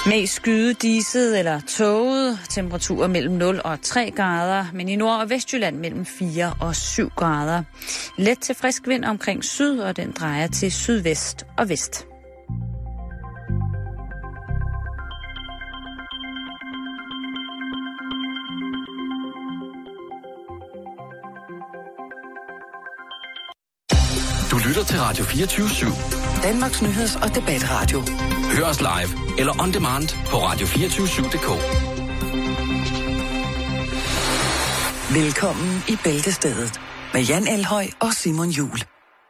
Mest skydiset eller tåget, temperaturer mellem 0 og 3 grader, men i Nord- og Vestjylland mellem 4 og 7 grader. Let til frisk vind omkring syd, og den drejer til sydvest og vest. Du lytter til Radio 24/7. Danmarks nyheds- og debatradio. Hør os live eller on demand på radio247.dk. Velkommen i Bæltestedet med Jan Elhøj og Simon Juhl.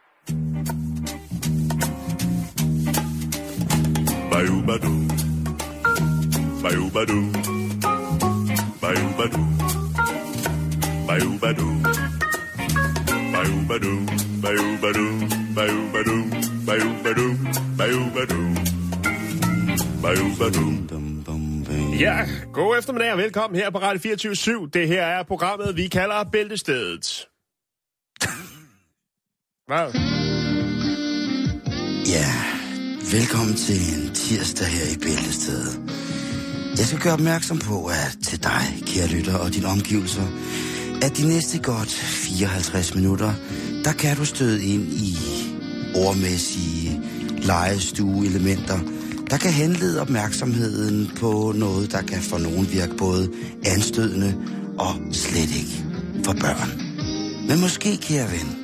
Bayou-badu, bayou-badu, bayou-badu, bayou-badu, bayou-badu, bayou-badu, bayou-badu, bayou-badu, bayou-badu, bayou-badu. Ja, god eftermiddag og velkommen her på Radio 24/7. Det her er programmet, vi kalder Bæltestedet. Hvad? Ja, velkommen til en tirsdag her i Bæltestedet. Jeg skal gøre opmærksom på, at til dig, kære lytter, og dine omgivelser, at de næste godt 54 minutter, der kan du støde ind i ordmæssige legestueelementer, der kan henlede opmærksomheden på noget, der kan for nogen virke både anstødende og slet ikke for børn. Men måske, kære ven,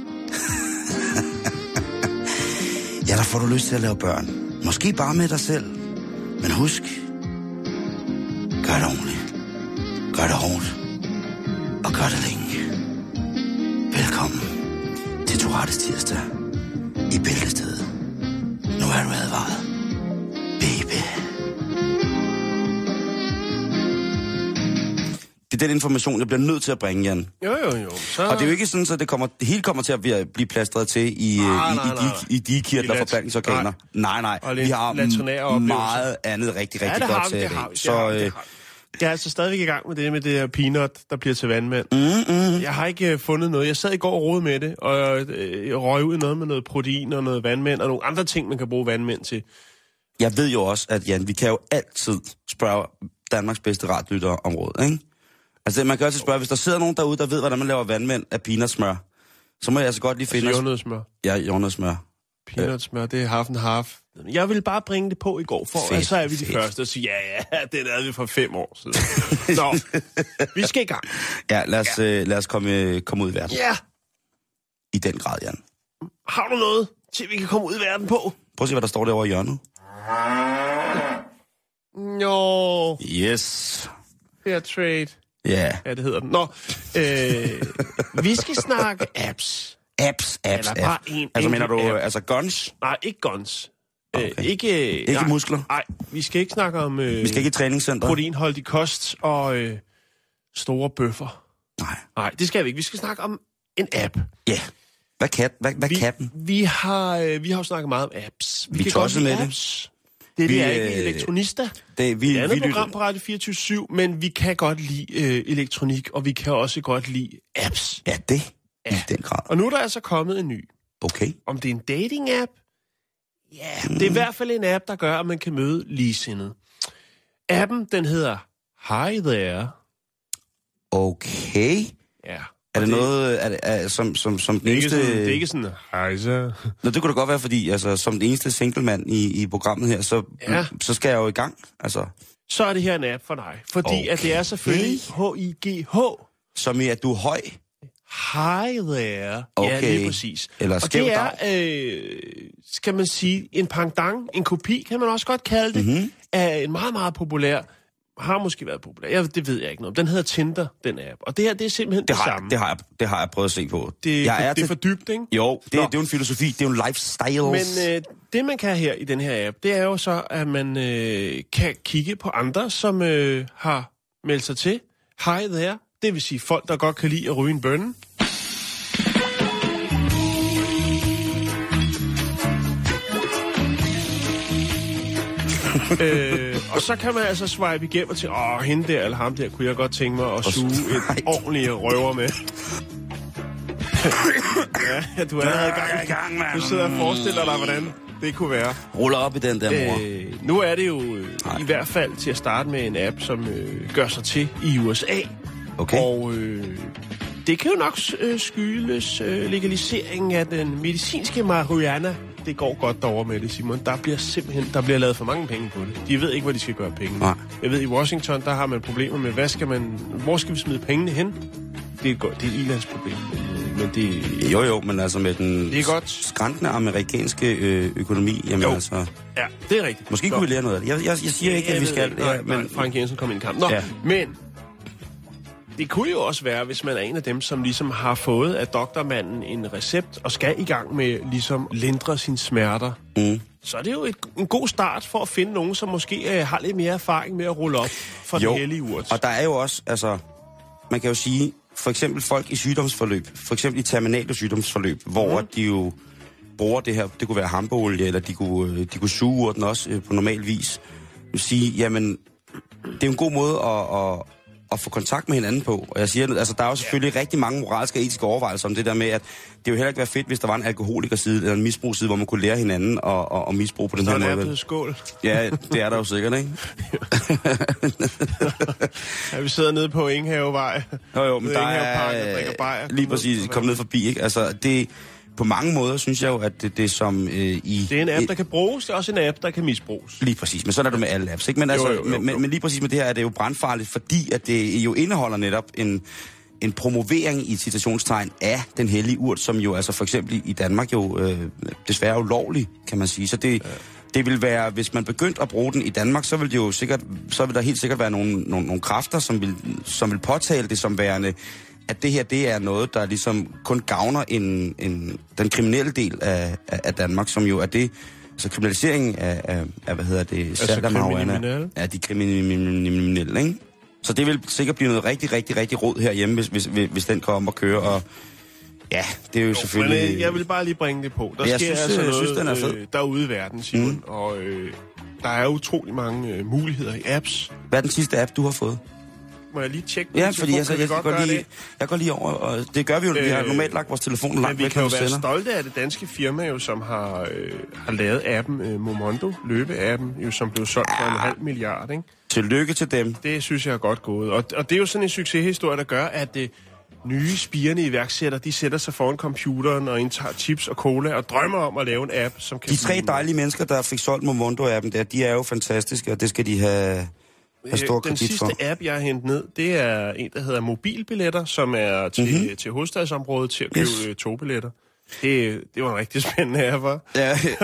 ja, der får du lyst til at lave børn. Måske bare med dig selv. Men husk, gør det ordentligt. Gør det hårdt. Og gør det længe. Velkommen til Tourettes tirsdag i Bæltestedet. Nu er du advaret. Baby. Det er den information, jeg bliver nødt til at bringe, Jan. Jo. Så... Og det er jo ikke sådan, at det hele kommer til at blive plastret til i de kirtler for blandingsorganer. Nej. Vi har meget andet rigtig godt til det. Jeg er altså stadigvæk i gang med det her peanut, der bliver til vandmænd. Jeg har ikke fundet noget. Jeg sad i går og rodede med det, og jeg røg ud i noget med noget protein og noget vandmænd, og nogle andre ting, man kan bruge vandmænd til. Jeg ved jo også, at Jan, vi kan jo altid spørge Danmarks bedste radlytter om råd, ikke? Altså, man kan altid spørge, hvis der sidder nogen derude, der ved, hvordan man laver vandmænd af peanutsmør, så må jeg altså godt lige finde... Altså jordnødsmør? Ja, jordnødsmør. Peanutsmør, det er half and half. Jeg ville bare bringe det på i går, for så er vi de første og sige, ja, det lavede vi for 5 år siden. Nå, vi skal i gang. Ja, lad os komme ud i verden. Ja. I den grad, Jan. Har du noget til, vi kan komme ud i verden på? Prøv at se, hvad der står derovre i hjørnet. Nå. Yes. Fair trade. Ja. Ja, det hedder den. Nå, vi skal snakke apps. Apps. Bare altså mener du, altså guns? Nej, ikke guns. Okay. Ikke muskler? Nej, vi skal ikke snakke om... vi skal ikke i træningscenter? Proteinholdig kost og store bøffer. Nej, det skal vi ikke. Vi skal snakke om en app. Ja. Hvad kan den? Vi har jo snakket meget om apps. Vi kan godt lide apps. Det er ikke elektronista. Det er et andet program på Radio 24/7, men vi kan godt lide elektronik, og vi kan også godt lide apps. Ja, det i den grad. Og nu er der altså kommet en ny. Okay. Om det er en dating-app? Ja, det er i hvert fald en app, der gør, at man kan møde ligesindede. Appen, den hedder Hi There. Okay. Ja. Er det noget, som den eneste... Det er ikke sådan, hej så. Nå, det kunne da godt være, fordi altså, som den eneste singlemand i programmet her, så skal jeg jo i gang. Altså. Så er det her en app for dig. Fordi at det er selvfølgelig HIGH. Som i, at du er høj? Hi there. Okay. Ja, det er præcis. Eller og det er, skal man sige, en pendant, en kopi, kan man også godt kalde det, af en meget, meget populær, har måske været populær, det ved jeg ikke noget om. Den hedder Tinder, den app. Og det her, det er simpelthen det samme. Det har jeg prøvet at se på. Det er for dybt, ikke? Jo, det er jo en filosofi, det er jo en lifestyle. Men det, man kan her i den her app, det er jo så, at man kan kigge på andre, som har meldt sig til. Hi there. Det vil sige folk, der godt kan lide at ryge en bønne. Og så kan man altså swipe igennem til, hende der eller ham der, kunne jeg godt tænke mig at suge et ordentligt røver med. Ja, du er allerede i gang. Du sidder og forestiller dig, hvordan det kunne være. Ruller op i den der, mor. Nu er det jo i hvert fald til at starte med en app, som gør sig til i USA. Okay. Og det kan jo nok skyldes legaliseringen af den medicinske marihuana. Det går godt derovre med det, Simon. Der bliver lavet for mange penge på det. De ved ikke, hvad de skal gøre penge. Nej. Jeg ved, i Washington, der har man problemer med, hvor skal vi smide pengene hen? Det er et ilandsproblem. Men det... Jo, men altså med den skrantende amerikanske økonomi, jamen jo. altså... Ja, det er rigtigt. Måske kunne vi lære noget af det. Jeg siger ikke, at vi skal... Men Frank Jensen kom ind i kampen. Nå, men... Det kunne jo også være, hvis man er en af dem, som ligesom har fået af doktormanden en recept, og skal i gang med ligesom lindre sine smerter. Så er det jo en god start for at finde nogen, som måske har lidt mere erfaring med at rulle op for den hellige urt. Og der er jo også, altså, man kan jo sige, for eksempel folk i sygdomsforløb, for eksempel i terminale sygdomsforløb, hvor de jo bruger det her, det kunne være hampeolie, eller de kunne suge urten også på normal vis. Sige, jamen, det er en god måde at få kontakt med hinanden på. Og jeg siger, altså der er jo selvfølgelig rigtig mange moralske og etiske overvejelser om det der med, at det jo heller ikke være fedt, hvis der var en alkoholikerside eller en misbrugsside, hvor man kunne lære hinanden at misbruge på den her måde. Så er det skål. Ja, det er der jo sikkert, ikke? Ja, vi sidder nede på Ingehavevej. Jo, men der er lige præcis kom ned forbi, ikke? Altså, det på mange måder synes jeg jo, at det som i... Det er en app, der kan bruges, det er også en app, der kan misbruges. Lige præcis, men sådan er det med alle apps, ikke? Men, altså, jo. Men lige præcis med det her er det jo brandfarligt, fordi at det jo indeholder netop en promovering i citationstegn af den hellige urt, som jo altså for eksempel i Danmark jo desværre ulovlig, kan man sige. Så det vil være, hvis man begyndte at bruge den i Danmark, så vil der helt sikkert være nogle kræfter, som vil påtale det som værende, at det her, det er noget, der ligesom kun gavner den kriminelle del af Danmark, som jo er det, altså kriminaliseringen af hvad hedder det, salg af marihuana. Ja, de kriminelle, ikke? Så det vil sikkert blive noget rigtig, rigtig, rigtig rod herhjemme, hvis den kommer og kører, og ja, det er jo selvfølgelig... Men jeg vil bare lige bringe det på. Der sker noget den er fed. Derude i verden, Simon, og der er utrolig mange muligheder i apps. Hvad er den sidste app, du har fået? Må jeg lige tjekke ja, fordi jeg går lige over, og det gør vi jo, vi har normalt lagt vores telefon langt væk. Men vi kan jo være stolte af det danske firma, jo, som har lavet appen Momondo, løbeappen, jo, som blev solgt for 1,5 milliard, ikke? Tillykke til dem. Det synes jeg er godt gået. Og det er jo sådan en succeshistorie, der gør, at nye spirende iværksættere, de sætter sig foran computeren og indtager chips og cola og drømmer om at lave en app, som kan... De 3 dejlige mennesker, der fik solgt Momondo-appen der, de er jo fantastiske, og det skal de have stor kredit for. Den sidste app, jeg har hentet ned, det er en, der hedder Mobilbilletter, som er til hovedstadsområdet til at købe togbilletter. Det var en rigtig spændende app, hva'?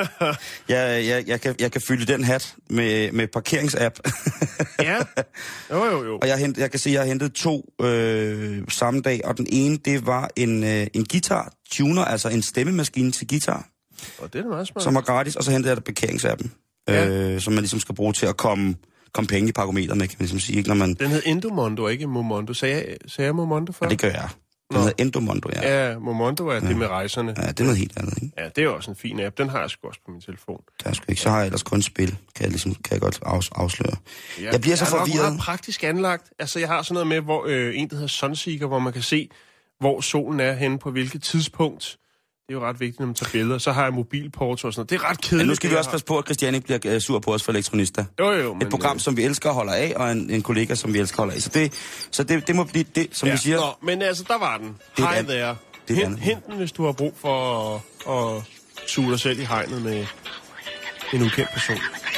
Ja, jeg kan fylde den hat med parkeringsapp. Ja, jo. Og jeg kan se, at jeg har hentet 2 samme dag, og den ene, det var en guitar-tuner, altså en stemmemaskine til guitar. Og det er meget smart. Som var gratis, og så hentede jeg der parkeringsappen, som man ligesom skal bruge til at komme penge i parkometer med, kan man ligesom sige. Ikke, når man... Den hed Endomondo, ikke Momondo. Sagde jeg Momondo før? Ja, det gør jeg. Den hedder Endomondo, ja. Ja, Momondo er det med rejserne. Ja, det er noget helt andet, ikke? Ja, det er også en fin app. Den har jeg sgu også på min telefon. Der er sgu ikke. Så har jeg ellers kun spil, kan jeg godt afsløre. Ja, jeg bliver så forvirret. Jeg er nok praktisk anlagt. Altså, jeg har sådan noget med, hvor en, der hedder Sunseeker, hvor man kan se, hvor solen er henne på hvilket tidspunkt. Det er jo ret vigtigt, når man tager billeder. Så har jeg mobilporto og sådan noget. Det er ret kedeligt. Men nu skal vi også passe på, at Christian ikke bliver sur på os for Elektronista. Jo, et program, som vi elsker at holde af, og en kollega, som vi elsker at holde af. Så det må blive det, som vi siger. Nå, men altså, der var den. Hej der. Hent den, hvis du har brug for at suge dig selv i hegnet med en ukendt person.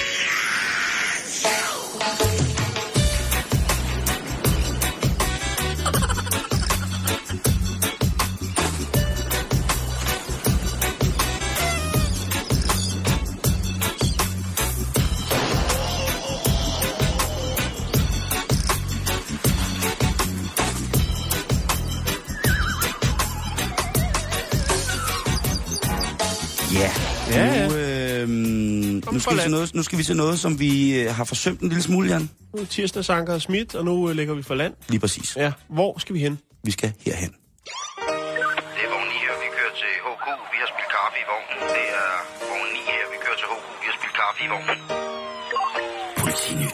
Nu skal vi til noget, som vi har forsømt en lille smule, Jan. Nu er tirsdagsanker smidt, og nu lægger vi for land. Lige præcis. Ja, hvor skal vi hen? Vi skal herhen. Det er vogn 9 her, vi kører til HK. Vi har spillet kaffe i vognen. Det er vogn 9 her, vi kører til HK. Vi har spillet kaffe i vognen. Politinyt.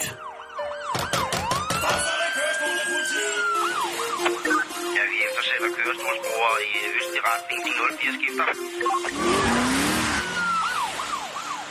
Ja, vi eftersætter kørestolsbrugere i østlig retning. De 04 skifter.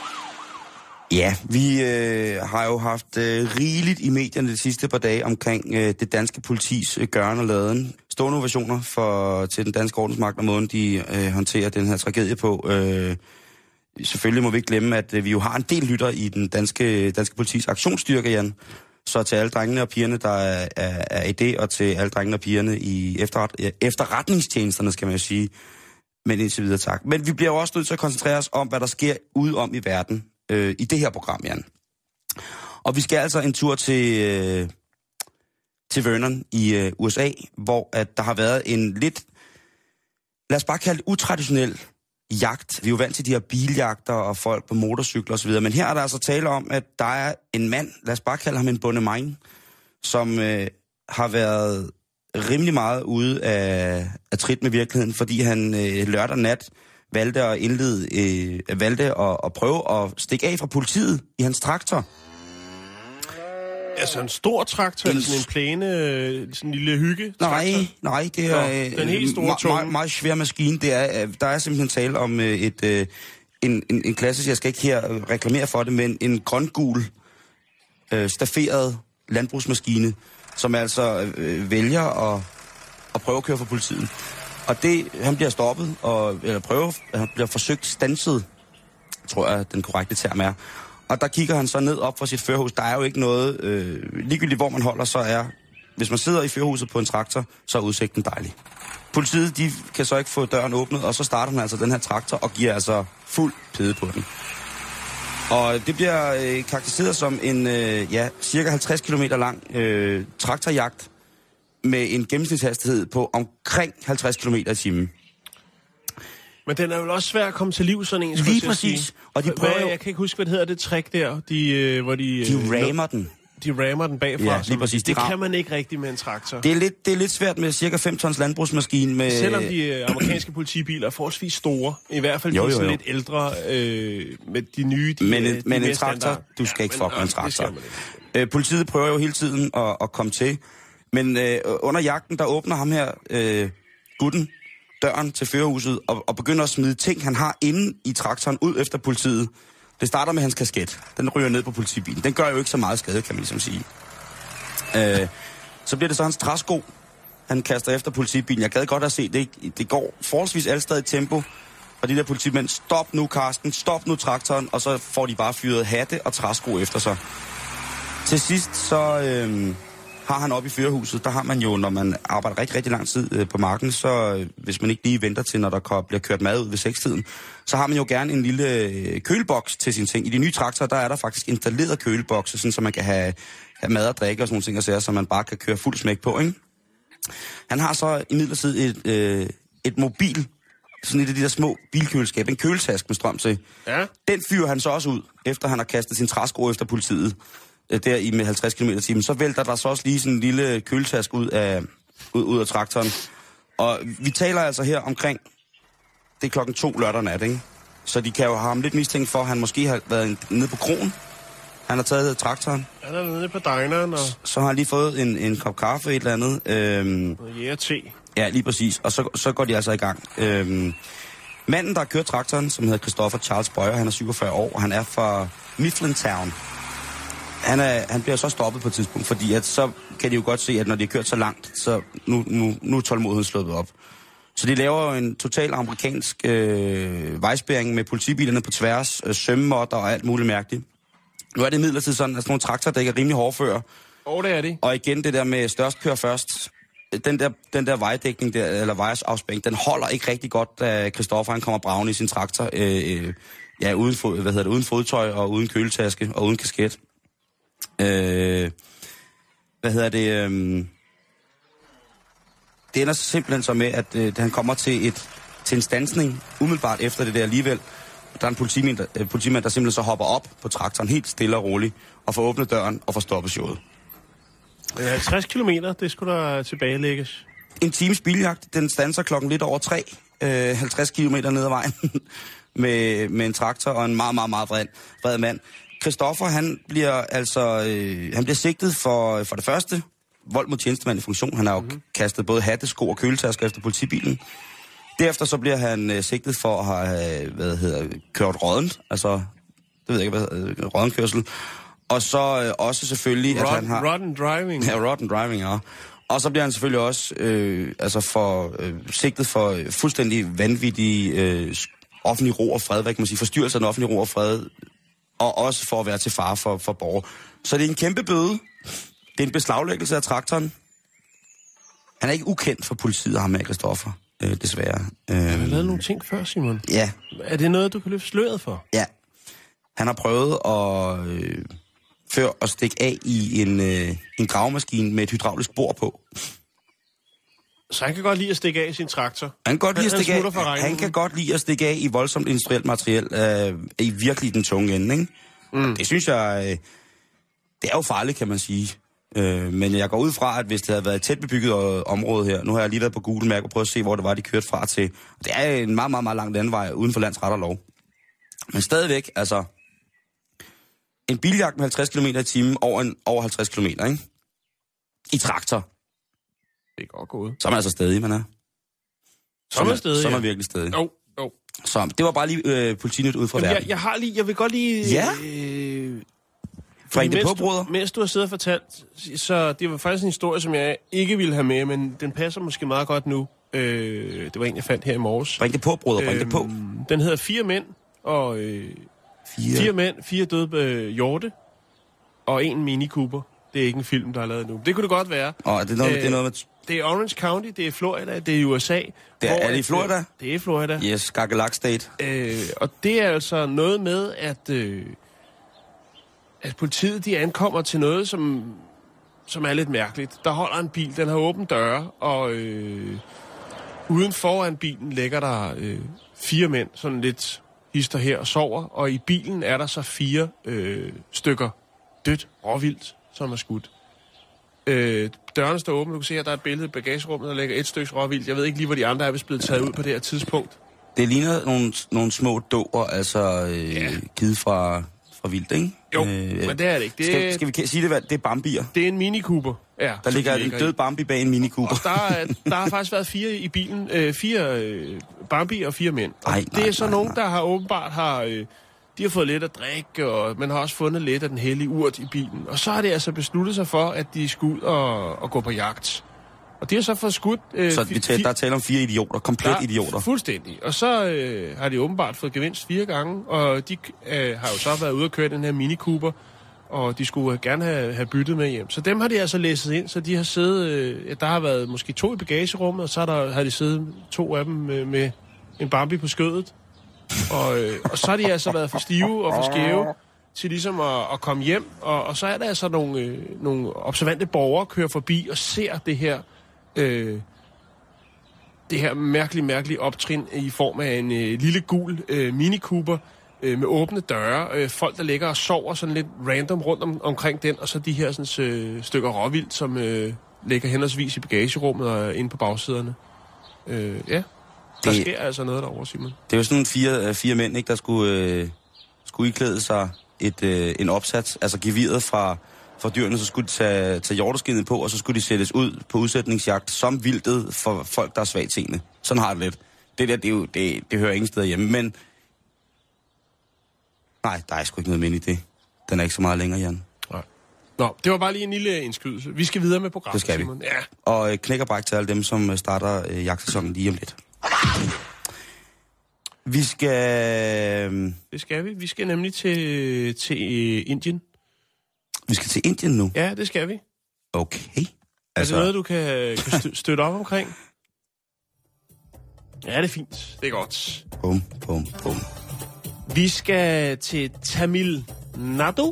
Ja, vi har jo haft rigeligt i medierne de sidste par dage omkring det danske politis gøren og laden. Stående ovationer til den danske ordensmagt og måden, de håndterer den her tragedie på. Selvfølgelig må vi ikke glemme, at vi jo har en del lytter i den danske politis aktionsstyrke, Jan. Så til alle drengene og pigerne, der er i det, og til alle drengene og pigerne i efterretningstjenesterne, skal man jo sige. Men indtil videre tak. Men vi bliver jo også nødt til at koncentrere os om, hvad der sker ude om i verden i det her program, Jan. Og vi skal altså en tur til Vernon i USA, hvor at der har været en lidt, lad os bare kalde det utraditionel jagt. Vi er jo vant til de her biljagter og folk på motorcykler osv., men her er der altså tale om, at der er en mand, lad os bare kalde ham en bondemain, som har været rimelig meget ude af trit med virkeligheden, fordi han lørdag nat valgte at prøve at stikke af fra politiet i hans traktor. Altså en stor traktor, eller sådan en plæne, sådan en lille hygge? Nej, det er den helt store meget svær maskine. Der er simpelthen tale om en klassisk, jeg skal ikke her reklamere for det, men en grøngul stafferet landbrugsmaskine, som altså vælger at prøve at køre for politiet. Og han bliver stoppet, han bliver forsøgt standset, tror jeg, den korrekte term er. Og der kigger han så ned op for sit førerhus. Der er jo ikke noget, ligegyldigt hvor man holder, hvis man sidder i førerhuset på en traktor, så er udsigten dejlig. Politiet, de kan så ikke få døren åbnet, og så starter man altså den her traktor og giver altså fuld pede på den. Og det bliver karakteriseret som en cirka 50 km lang traktorjagt med en gennemsnitshastighed på omkring 50 km i timen. Men den er jo også svær at komme til liv, sådan en, skulle lige præcis. Sige. Og de prøver jeg kan ikke huske, hvad det hedder, det trick der, hvor de rammer den. De rammer den bagfra. Ja, lige præcis. Det kan man ikke rigtig med en traktor. Det er lidt svært med cirka 5 tons landbrugsmaskine. Med selvom de amerikanske politibiler er forholdsvis store, i hvert fald de sådan lidt ældre, med de nye... Men en traktor, du skal ikke fuck med en traktor. Politiet prøver jo hele tiden at komme til, men under jagten, der åbner ham her, gutten, døren til førerhuset og begynder at smide ting, han har inde i traktoren ud efter politiet. Det starter med hans kasket. Den ryger ned på politibilen. Den gør jo ikke så meget skade, kan man ligesom sige. Så bliver det så hans træsko, han kaster efter politibilen. Jeg gad godt at se, det går forholdsvis altid i tempo. Og de der politimænd, stop nu Karsten, stop nu traktoren, og så får de bare fyret hatte og træsko efter sig. Til sidst så har han op i førerhuset, der har man jo, når man arbejder rigtig, rigtig lang tid på marken, så hvis man ikke lige venter til, når der bliver kørt mad ud ved 6-tiden, så har man jo gerne en lille køleboks til sine ting. I de nye traktorer, der er der faktisk installeret kølebokse, sådan så man kan have mad og drikke og sådan nogle ting, så man bare kan køre fuld smæk på, ikke? Han har så imidlertid et mobil, sådan et af de der små bilkøleskab, en køletask med strøm til. Ja. Den fyrer han så også ud, efter han har kastet sin træsko efter politiet. Der i med 50 km i timen, så vælter der så også lige sådan en lille køletask ud af traktoren. Og vi taler altså her omkring, det er 2:00 lørdag nat, ikke? Så de kan jo have ham lidt mistænkt for, at han måske har været nede på kroen. Han har taget traktoren. Han er nede på dineren, og... Så har han lige fået en kop kaffe, et eller andet. Te. Ja, lige præcis. Og så går de altså i gang. Manden, der har kørt traktoren, som hedder Christopher Charles Boyer, han er 47 år, og han er fra Mifflintown. Han bliver så stoppet på et tidspunkt, fordi at så kan de jo godt se, at når de har kørt så langt, så nu er tålmodigheden slået op. Så de laver jo en total amerikansk vejspærring med politibilerne på tværs, sømmemotter og alt muligt mærkeligt. Nu er det imidlertid sådan, at sådan nogle traktorer, er rimelig hårdføre. Det er det. Og igen, det der med størst kør først, den der vejdækning, eller vejsafspæring, den holder ikke rigtig godt, da Christoffer han kommer bragende i sin traktor, uden fodtøj og uden køletaske og uden kasket. Det ender simpelthen så med, at han kommer til en standsning umiddelbart efter det der alligevel. Der er en politimand, der simpelthen så hopper op på traktoren helt stille og roligt og får åbnet døren og får stoppet showet. 50 kilometer, det skulle der tilbagelægges. En times biljagt, den standser klokken lidt over 3, 50 kilometer ned ad vejen med en traktor og en meget, meget, meget vred mand. Christoffer, han bliver sigtet for det første vold mod tjenestemand i funktion. Han har jo kastet både hatte, sko og køletasker efter politibilen. Derefter så bliver han sigtet for at have kørt rådent, altså Det ved jeg ikke, rådenkørsel. Og så også selvfølgelig, at han har... Rotten driving. Ja, rotten driving, ja. Og så bliver han selvfølgelig også sigtet for fuldstændig vanvittig offentlig ro og fred, hvad kan man sige, forstyrrelse af den offentlige ro og fred, og også for at være til fare for borgere. Så det er en kæmpe bøde. Det er en beslaglæggelse af traktoren. Han er ikke ukendt for politiet, ham med Christoffer, desværre. Han har lavet nogle ting før, Simon. Ja. Er det noget, du kan løfte sløret for? Ja. Han har prøvet før at stikke af i en gravemaskine med et hydraulisk bord på. Så han kan godt lide at stikke af i sin traktor? Han kan godt lide at stikke af i voldsomt industrielt materiel i virkelig den tunge ende, ikke? Det synes jeg, det er jo farligt, kan man sige. Men jeg går ud fra, at hvis det havde været et tæt bebygget område her, nu har jeg lige været på Google Map og prøvet at se, hvor det var, de kørte fra til. Det er en meget, meget, meget lang landvej uden for lands ret og lov. Men stadigvæk, altså, en biljagt med 50 km i timen over 50 km, ikke? I traktor. Det er godt gået. Så er man altså stedig, man er. Så er man virkelig stedig. Jo. Så det var bare lige politinyt ud fra verden. Jeg vil godt lige... Ja? Bring det på, broder. Mens du har siddet og fortalt, så det var faktisk en historie, som jeg ikke ville have med, men den passer måske meget godt nu. Det var en, jeg fandt her i morges. Bring det på, broder, bring det på. Den hedder 4 mænd, og 4 mænd, 4 døde hjorte, og 1 Mini Cooper. Det er ikke en film, der er lavet nu. Det kunne det godt være. Det er noget med... Det er Orange County, det er Florida, det er i USA. Er det i Florida? Det er i Florida. Yes, Gargalac State. Og det er altså noget med, at politiet de ankommer til noget, som er lidt mærkeligt. Der holder en bil, den har åbne døre, og uden foran bilen ligger der 4 mænd, sådan lidt hister her og sover, og i bilen er der så 4 stykker dødt råvildt, som er skudt. Dørene står åbne, du kan se, at der er et billede i bagagerummet, der ligger 1 stykke råvildt. Jeg ved ikke lige, hvor de andre er vist blevet taget ud på det her tidspunkt. Det ligner nogle små dåer, altså givet fra vildt, ikke? Jo, men det er det ikke. Skal vi sige det? Det er Bambi'er. Det er en Mini Cooper. Ja, der ligger en død Bambi bag en Mini Cooper. Og der har faktisk været 4 i bilen. 4 Bambi og 4 mænd. Det er så nogen, der har åbenbart de har fået lidt at drikke, og man har også fundet lidt af den hellige urt i bilen. Og så har de altså besluttet sig for, at de skal ud og gå på jagt. Og de har så fået skudt... Så der taler om 4 idioter, komplet idioter. Fuldstændig. Og så har de åbenbart fået gevinst 4 gange, og de har jo så været ude og køre den her Mini Cooper, og de skulle gerne have byttet med hjem. Så dem har de altså læsset ind, så de har siddet... der har været måske 2 i bagagerummet, og så har de siddet 2 af dem med en Bambi på skødet. Og så har de altså været for stive og for skæve til ligesom at komme hjem. Og så er der altså nogle observante borgere, kører forbi og ser det her mærkelige optrin i form af en lille gul Mini Cooper med åbne døre. Folk, der ligger og sover sådan lidt random rundt omkring den, og så de her sådan, stykker råvildt, som ligger henholdsvis i bagagerummet og inde på bagsæderne. Ja. Der sker altså noget derovre, Simon. Det er jo sådan 4 mænd, ikke, der skulle iklæde sig en opsats, altså geviret fra dyrene, så skulle de tage hjorteskindet på, og så skulle de sættes ud på udsætningsjagt som vildtet for folk, der er svagtseende. Sådan har det lidt. Det der, det hører ingen steder hjemme, men... Nej, der er sgu ikke noget mind i det. Den er ikke så meget længere, Jan. Nej. Nå, det var bare lige en lille indskydelse. Vi skal videre med programmet, det skal Simon. Vi. Ja. Og knæk og bræk til alle dem, som starter jagtsæsonen lige om lidt. Vi skal... Det skal vi. Vi skal nemlig til Indien. Vi skal til Indien nu? Ja, det skal vi. Okay. Er det noget, du kan støtte op omkring? Ja, det er fint. Det er godt. Bum. Vi skal til Tamil Nadu.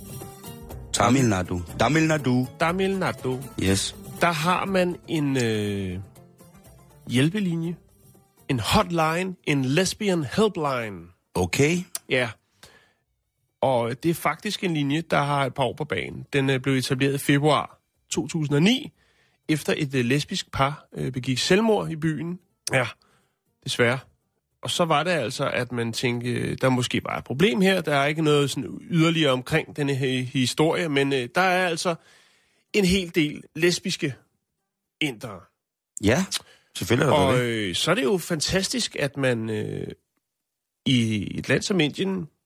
Tamil Nadu. Yes. Der har man en hjælpelinje. En hotline. En lesbian helpline. Okay. Ja. Og det er faktisk en linje, der har et par år på banen. Den blev etableret i februar 2009, efter et lesbisk par begik selvmord i byen. Ja, desværre. Og så var det altså, at man tænkte, der måske var et problem her. Der er ikke noget sådan yderligere omkring denne historie, men der er altså en hel del lesbiske indere. Ja, selvfølgelig er og det. Så er det jo fantastisk, at man i et land som Indien,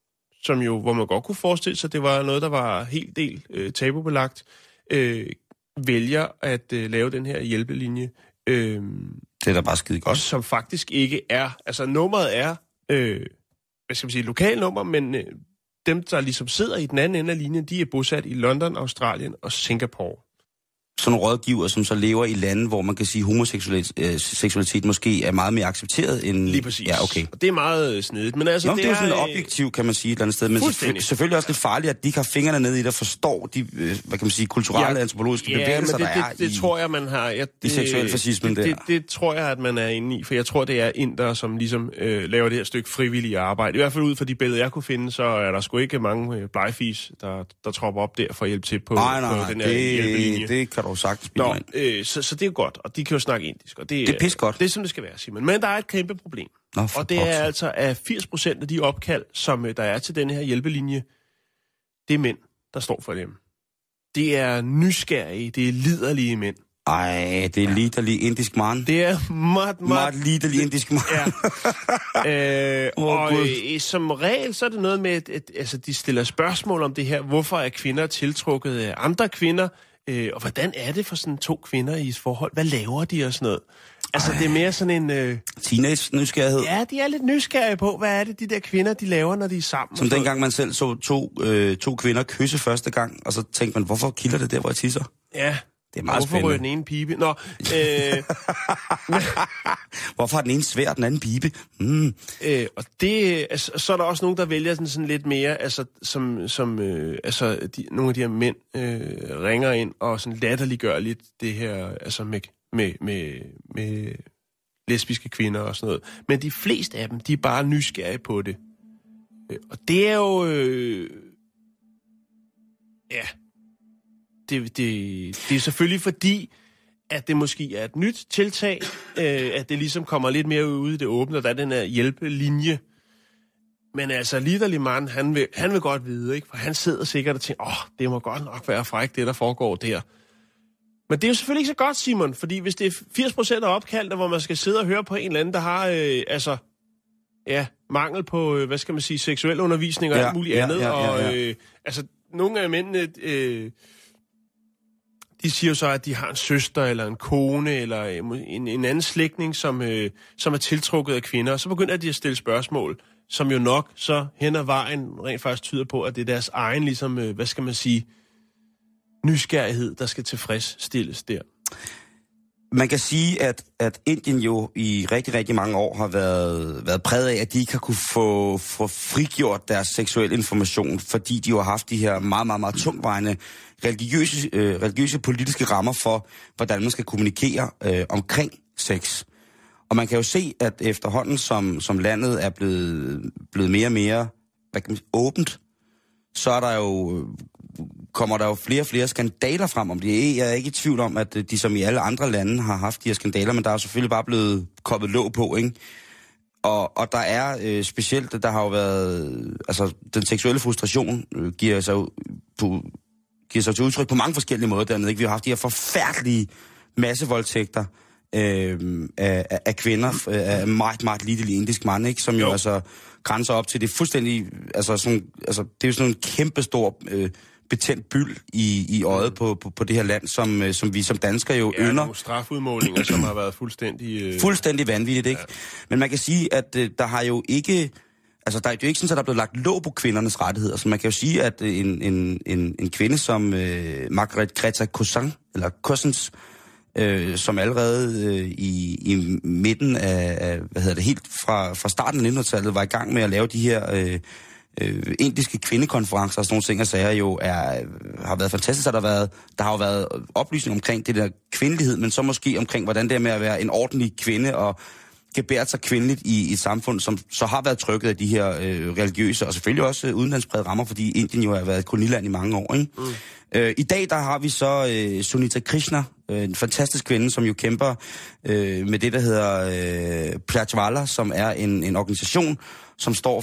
som jo, hvor man godt kunne forestille sig, det var noget, der var helt del tabubelagt, vælger at lave den her hjælpelinje. Det er da bare skide godt. Som faktisk ikke er, altså nummeret er, hvad skal man sige, lokalnummer, men dem, der ligesom sidder i den anden ende af linjen, de er bosat i London, Australien og Singapore. Sådan nogle rådgiver, som så lever i lande, hvor man kan sige, homoseksualitet måske er meget mere accepteret end... Lige præcis. Ja, okay. Og det er meget snedigt. Men altså, det er jo sådan objektivt, kan man sige, et eller andet sted. Men selvfølgelig også lidt farligt, at de ikke har fingrene ned i det og forstår de, hvad kan man sige, kulturelle, antropologiske bevægelser, der er det tror jeg, man har... I seksuel fascismen der. Det tror jeg, at man er inde i, for jeg tror, det er indere, som ligesom laver det her stykke frivillige arbejde. I hvert fald ud fra de billeder, jeg kunne finde, så er der sgu ikke mange blegfis, der tropper op der for at hjælpe til på, på den her hjælpelinje. Det kan du sagtens bilde ind. Så det er jo godt, og de kan jo snakke indisk. Og det er pis godt. Det er, som det skal være, Simon. Men der er et kæmpe problem. Og det er altså, at 80% af de opkald, som der er til denne her hjælpelinje, det er mænd, der står for dem. Det er nysgerrige, det er liderlige mænd. Ej, det er liderlig indisk mand. Det er meget liderlig indisk mand. Ja. Og som regel, så er det noget med, at altså, de stiller spørgsmål om det her. Hvorfor er kvinder tiltrukket af andre kvinder? Og hvordan er det for sådan to kvinder i et forhold? Hvad laver de og sådan noget? Altså, det er mere sådan en... Teenage-nysgerrighed? Ja, de er lidt nysgerrige på, hvad er det, de der kvinder, de laver, når de er sammen. Som dengang man selv så to kvinder kysse første gang, og så tænkte man, hvorfor kilder det der, hvor jeg tisser? Ja. Det er meget hvorfor spændende. Hvorfor den ene pibe? Nå, hvorfor er den ene svær, den anden pibe? Og det, altså, så er der også nogen, der vælger sådan lidt mere, altså, nogle af de her mænd ringer ind og sådan latterliggør lidt det her, altså med lesbiske kvinder og sådan noget. Men de fleste af dem, de er bare nysgerrige på det. Og det er jo... Det er selvfølgelig fordi, at det måske er et nyt tiltag, at det ligesom kommer lidt mere ud i det åbne, og der er den her hjælpelinje. Men altså, liderlig mand, han vil godt vide, ikke? For han sidder sikkert og tænker, det må godt nok være frækt, det der foregår der. Men det er jo selvfølgelig ikke så godt, Simon, fordi hvis det er 80% af opkaldene, hvor man skal sidde og høre på en eller anden, der har, mangel på, hvad skal man sige, seksuel undervisning og alt muligt andet, og nogle af mændene... De siger jo så, at de har en søster, eller en kone, eller en anden slægtning, som er tiltrukket af kvinder. Og så begynder de at stille spørgsmål, som jo nok så hen ad vejen rent faktisk tyder på, at det er deres egen, ligesom, hvad skal man sige, nysgerrighed, der skal tilfredsstilles der. Man kan sige, at Indien jo i rigtig, rigtig mange år har været præget af, at de ikke har kunne få frigjort deres seksuelle information, fordi de jo har haft de her meget, meget, meget tungtvejende religiøse politiske rammer for, hvordan man skal kommunikere omkring sex. Og man kan jo se, at efterhånden, som landet er blevet mere og mere, hvad kan man sige, åbent, så er der jo... kommer der jo flere og flere skandaler frem om det. Jeg er ikke i tvivl om, at de som i alle andre lande har haft de her skandaler, men der er selvfølgelig bare blevet koppet låg på, ikke? Og der er specielt, der har jo været... Altså, den seksuelle frustration giver sig til udtryk på mange forskellige måder dernede, ikke? Vi har haft de her forfærdelige massevoldtægter af kvinder, af meget, meget liderlig indisk mand, ikke? Som jo altså grænser op til det fuldstændig... Altså, det er jo sådan en kæmpestor... betændt byld i øjet på det her land, som vi som danskere jo ynder. Nogle strafudmålinger, som har været fuldstændig... Fuldstændig vanvittigt, ikke? Ja. Men man kan sige, at der har jo ikke... Altså, der er jo ikke sådan, at der er blevet lagt låg på kvindernes rettigheder. Så man kan jo sige, at en kvinde som Margaret Greta Cousins, som allerede i midten af helt fra starten af 1900-tallet var i gang med at lave de her... indiske kvindekonferencer og sådan nogle ting og sager jo har været fantastisk, der har jo været oplysning omkring det der kvindelighed, men så måske omkring, hvordan det er med at være en ordentlig kvinde og gebære sig kvindeligt i et samfund, som så har været trykket af de her religiøse og selvfølgelig også udenlandsprægede rammer, fordi Indien jo har været et koloniland i mange år, ikke? I dag der har vi så Sunita Krishna, en fantastisk kvinde, som jo kæmper med det, der hedder Prajwala, som er en organisation, som står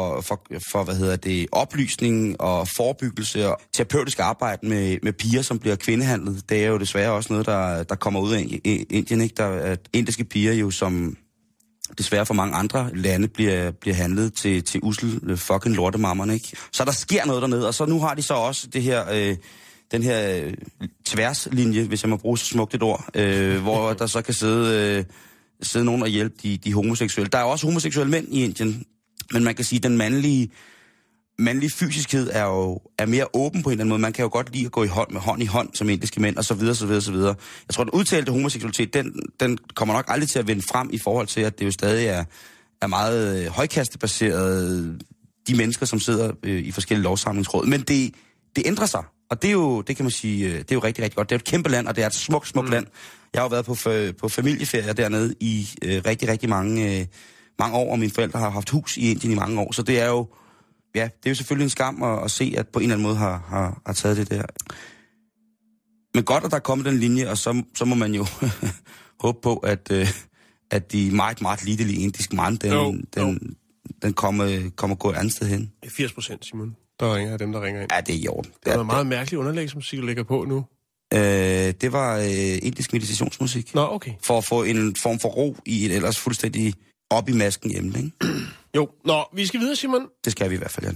for oplysning og forebyggelse og terapeutisk arbejde med piger, som bliver kvindehandlet. Det er jo desværre også noget, der kommer ud af Indien, ikke? Der er indiske piger jo, som desværre for mange andre lande bliver handlet til usel fucking lortemammerne, ikke? Så der sker noget dernede, og så nu har de så også det her, den her tværslinje, hvis jeg må bruge så smukt et ord, hvor der så kan sidde nogen og hjælpe de homoseksuelle. Der er også homoseksuelle mænd i Indien, men man kan sige, at den mandlige fysiskhed er mere åben på en eller anden måde. Man kan jo godt lide at gå hånd i hånd som indiske mænd, og så videre, så videre, så videre. Jeg tror, den udtalte homoseksualitet, den kommer nok aldrig til at vende frem i forhold til, at det jo stadig er meget højkastebaseret, de mennesker, som sidder i forskellige lovsamlingsråd. Men det ændrer sig, og det er jo, det kan man sige, det er jo rigtig, rigtig godt. Det er et kæmpe land, og det er et smukt land. Jeg har jo været på familieferie dernede i rigtig, rigtig mange år, og mine forældre har haft hus i Indien i mange år, så det er jo selvfølgelig en skam at se, at på en eller anden måde har taget det der. Men godt, at der er kommet den linje, og så må man jo håbe på, at de meget, meget lidelige indiske mand, den kommer gå et andet sted hen. 80%, Simon, der ringer af dem, der ringer ind. Ja, det er i orden. Det er noget meget mærkeligt underlægsmusik, du lægger på nu. Det var indisk meditationsmusik. Nå, okay. For at få en form for ro i et ellers fuldstændig op i masken hjemme, ikke? Jo. Nå, vi skal videre, Simon. Det skal vi i hvert fald, ja.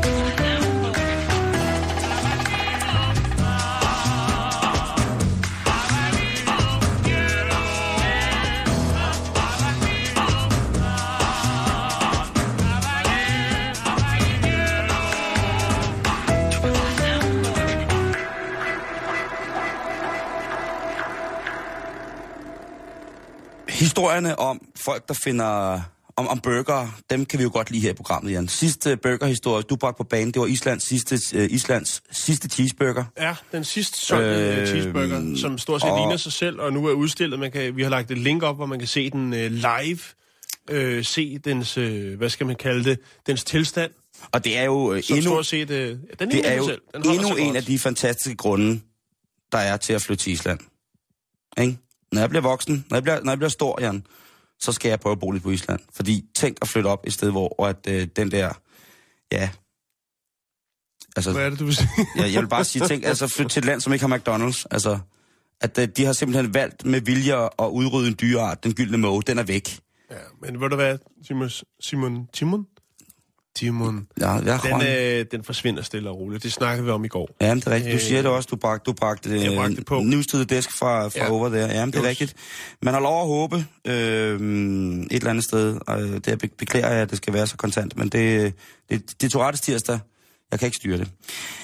Historierne om folk, der finder om burger, dem kan vi jo godt lide her i programmet, Jan. Sidste burgerhistorie, du bragte på banen, det var Islands sidste cheeseburger. Ja, den sidste solgte cheeseburger, som stort set ligner sig selv, og nu er udstillet. Vi har lagt et link op, hvor man kan se den live, se dens, hvad skal man kalde det, dens tilstand. Og det er jo endnu en af de fantastiske grunde, der er til at flytte til Island. Ikke? Når jeg bliver voksen, når jeg bliver stor, Jan, så skal jeg prøve at bo lidt på Island. Fordi tænk at flytte op et sted, hvor at, den der, ja... Altså, hvad er det, du vil sige? jeg vil bare sige, tænk, altså flytte til et land, som ikke har McDonald's. Altså, at de har simpelthen valgt med vilje at udrydde en dyreart, den gyldne måge, den er væk. Ja, men ved du hvad, Timon? Ja, den forsvinder stille og roligt. Det snakkede vi om i går. Ja, det er rigtigt. Du siger det også. Du bragte News to the Desk fra over der. Ja, det er rigtigt. Man har lov at håbe et eller andet sted. Det beklager jeg, at det skal være så kontant, men det er Tourettes tirsdag. Jeg kan ikke styre det.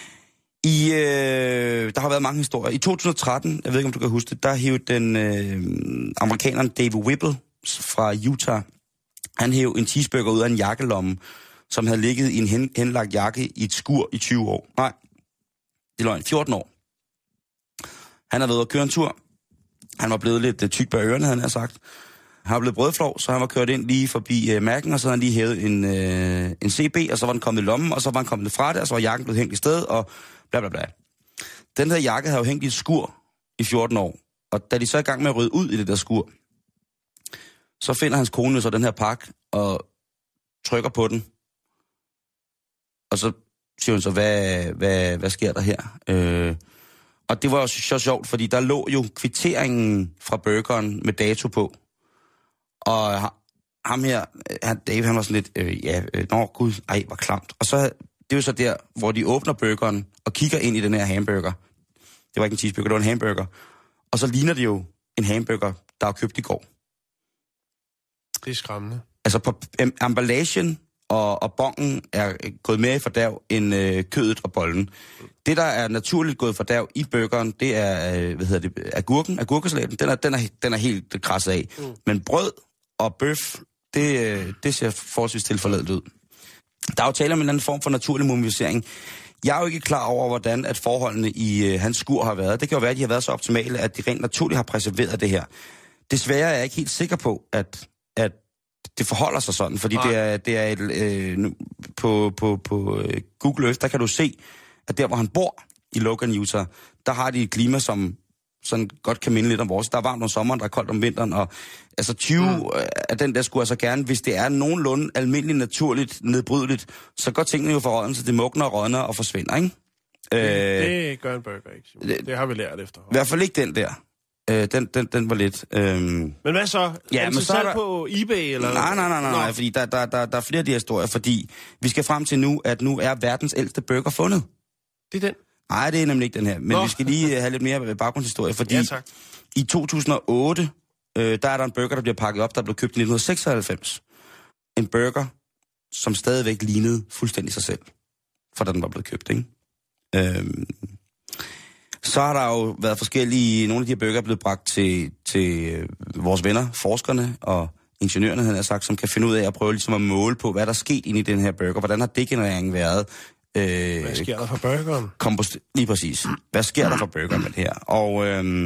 Der har været mange historier. I 2013, jeg ved ikke, om du kan huske det, der hævde den amerikaneren David Whipple fra Utah. Han hævde en cheeseburger ud af en jakkelomme, som havde ligget i en henlagt jakke i et skur i 20 år. Nej, det løgn, 14 år. Han havde været at køre en tur. Han var blevet lidt tyk bag ørerne, han havde sagt. Han var blevet brødflov, så han var kørt ind lige forbi mærken, og så havde han lige hævet en CB, og så var den kommet i lommen, og så var han kommet lidt fra det, og så var jakken blevet hængt i sted, og bla bla bla. Den her jakke havde jo hængt i et skur i 14 år, og da de så er i gang med at rydde ud i det der skur, så finder hans kone så den her pakke, og trykker på den. Og så siger hun så, hvad sker der her? Og det var jo så sjovt, fordi der lå jo kvitteringen fra burgeren med dato på. Og ham her, Dave, han var sådan lidt, gud, ej, hvor klamt. Og så, det er jo så der, hvor de åbner burgeren og kigger ind i den her hamburger. Det var ikke en cheeseburger, det var en hamburger. Og så ligner det jo en hamburger, der er købt i går. Det er skræmmende. Altså på emballagen og bongen er gået mere i fordærv end kødet og bollen. Det, der er naturligt gået fordærv i burgeren, det er, agurkesalaten. Den er helt krasset af. Men brød og bøf, det ser forholdsvis tilforladeligt ud. Der er jo tale om en eller anden form for naturlig mumificering. Jeg er jo ikke klar over, hvordan at forholdene i hans skur har været. Det kan jo være, at de har været så optimale, at de rent naturligt har preserveret det her. Desværre er jeg ikke helt sikker på, at det forholder sig sådan, fordi det er et, på Google Earth, der kan du se, at der, hvor han bor i Logan, Utah, der har de et klima, som sådan godt kan minde lidt om vores. Der er varmt om sommeren, der er koldt om vinteren, og altså 20 af den der skulle altså gerne, hvis det er nogenlunde almindeligt, naturligt, nedbrydeligt, så går tingene jo forråden, så det mugner, rådner og forsvinder, ikke? Det gør en burger ikke. Det har vi lært efterhånden. I hvert fald ikke den der. Den var lidt... Men hvad så? Ja, er men det så er salg der... på eBay? Eller? Nej, fordi der er flere af de historier, fordi vi skal frem til nu, at nu er verdens ældste burger fundet. Det er den? Nej, det er nemlig ikke den her, men vi skal lige have lidt mere baggrundshistorie, fordi i 2008, der er der en burger, der bliver pakket op, der blev købt i 1996. En burger, som stadigvæk lignede fuldstændig sig selv, for da den var blevet købt, ikke? Så har der jo været forskellige... Nogle af de her burger er blevet bragt til vores venner, forskerne og ingeniørerne, havde jeg sagt, som kan finde ud af at prøve ligesom at måle på, hvad der er sket inde i den her burger. Hvordan har degenereringen været? Hvad sker der for burgeren? Lige præcis. Hvad sker der for burgeren med det her? Og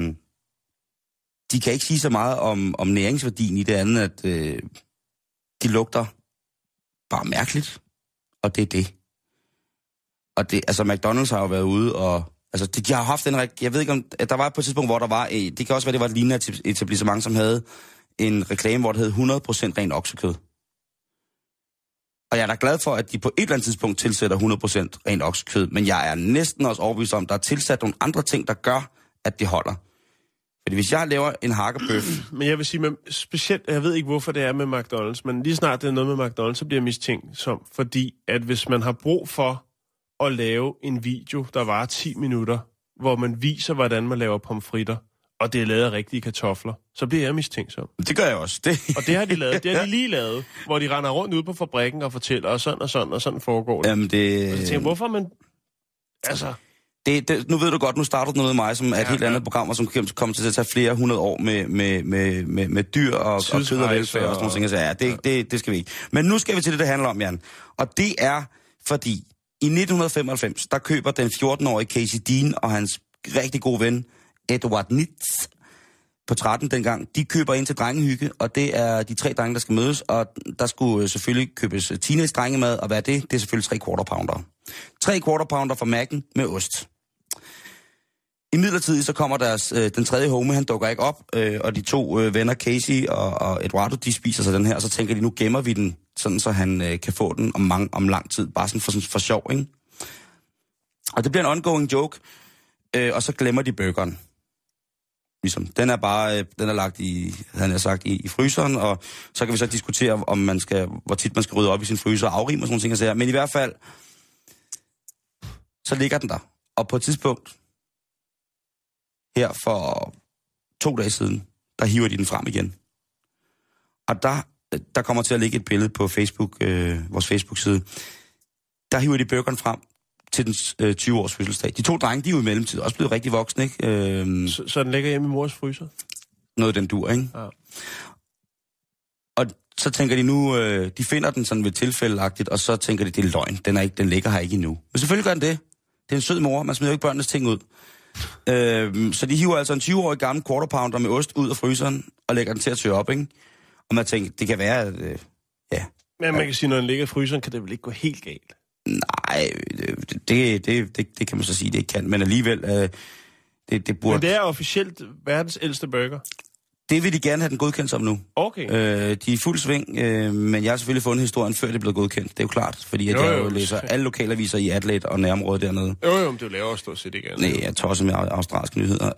de kan ikke sige så meget om næringsværdien i det andet, at de lugter bare mærkeligt. Og det er det. Og det, altså McDonald's har jo været ude og... Altså, de har haft en... Jeg ved ikke om... Der var på et tidspunkt, hvor der var... Det kan også være, det var et lignende etablissement, som havde en reklame, hvor det hed 100% ren oksekød. Og jeg er da glad for, at de på et eller andet tidspunkt tilsætter 100% ren oksekød, men jeg er næsten også overbevist om, at der er tilsat nogle andre ting, der gør, at det holder. Fordi hvis jeg laver en hakkebøf... Men jeg vil sige, specielt, jeg ved ikke, hvorfor det er med McDonald's, men lige snart det er noget med McDonald's, så bliver jeg mistænkt som, fordi at hvis man har brug for at lave en video, der varer 10 minutter, hvor man viser, hvordan man laver pomfritter, og det er lavet af rigtige kartofler, så bliver jeg mistænksom. Det gør jeg også. Og det har de lavet. Det har de lige lavet, hvor de render rundt ude på fabrikken og fortæller, og sådan foregår det. Jamen det... Og så tænker, hvorfor man... Altså... Nu ved du godt, nu starter du noget med mig, som er et helt andet program, og som kommer til at tage flere 100 år med dyr og kød og velfærd og sådan nogle ting. Så ja, det skal vi ikke. Men nu skal vi til det handler om, Jan. Og det er, fordi i 1995, der køber den 14-årige Casey Dean og hans rigtig gode ven, Edward Nitz, på 13 dengang, de køber ind til drengehygge, og det er de 3 drenge, der skal mødes, og der skulle selvfølgelig købes teenage-drengemad, og hvad er det? Det er selvfølgelig 3 quarter pounder. 3 quarter pounder fra Mac'en med ost. Imidlertid så kommer den tredje homie, han dukker ikke op, og de 2 venner, Casey og Eduardo, de spiser sig den her, og så tænker de, nu gemmer vi den, sådan så han kan få den om lang tid, bare sådan for sjov, ikke? Og det bliver en ongoing joke, og så glemmer de burgeren. Ligesom. Den er lagt i fryseren, og så kan vi så diskutere, hvor tit man skal rydde op i sin fryser og afrime og sådan nogle ting. Men i hvert fald, så ligger den der. Og på et tidspunkt, her for 2 dage siden, der hiver de den frem igen. Og der kommer til at ligge et billede på Facebook, vores Facebook-side. Der hiver de burgeren frem til dens 20-års fødselsdag. De 2 drenge, de er jo i mellemtid også blevet rigtig voksne, ikke? Så den ligger hjemme i mors fryser? Noget den dur, ikke? Ja. Og så tænker de nu, de finder den sådan ved tilfældeagtigt, og så tænker de, det er løgn. Den ligger her ikke endnu. Men selvfølgelig gør den det. Det er en sød mor, man smider jo ikke børnenes ting ud. Så de hiver altså en 20-årig gammel quarter pounder med ost ud af fryseren, og lægger den til at tørre op, ikke? Og man tænker, det kan være, at, ja. Men man kan sige, når den ligger i fryseren, kan det vel ikke gå helt galt? Nej, det kan man så sige, det ikke kan. Men alligevel, det burde... Men det er officielt verdens ældste burger? Det vil de gerne have den godkendt som nu. Okay. De er i fuld sving, men jeg har selvfølgelig fundet historien, før det blev godkendt. Det er jo klart, fordi at jeg jo læser alle lokalaviser i Adelaide og nærområdet dernede. Jo, men det laver også stort set ikke. Nej, jeg tosser med australske nyheder.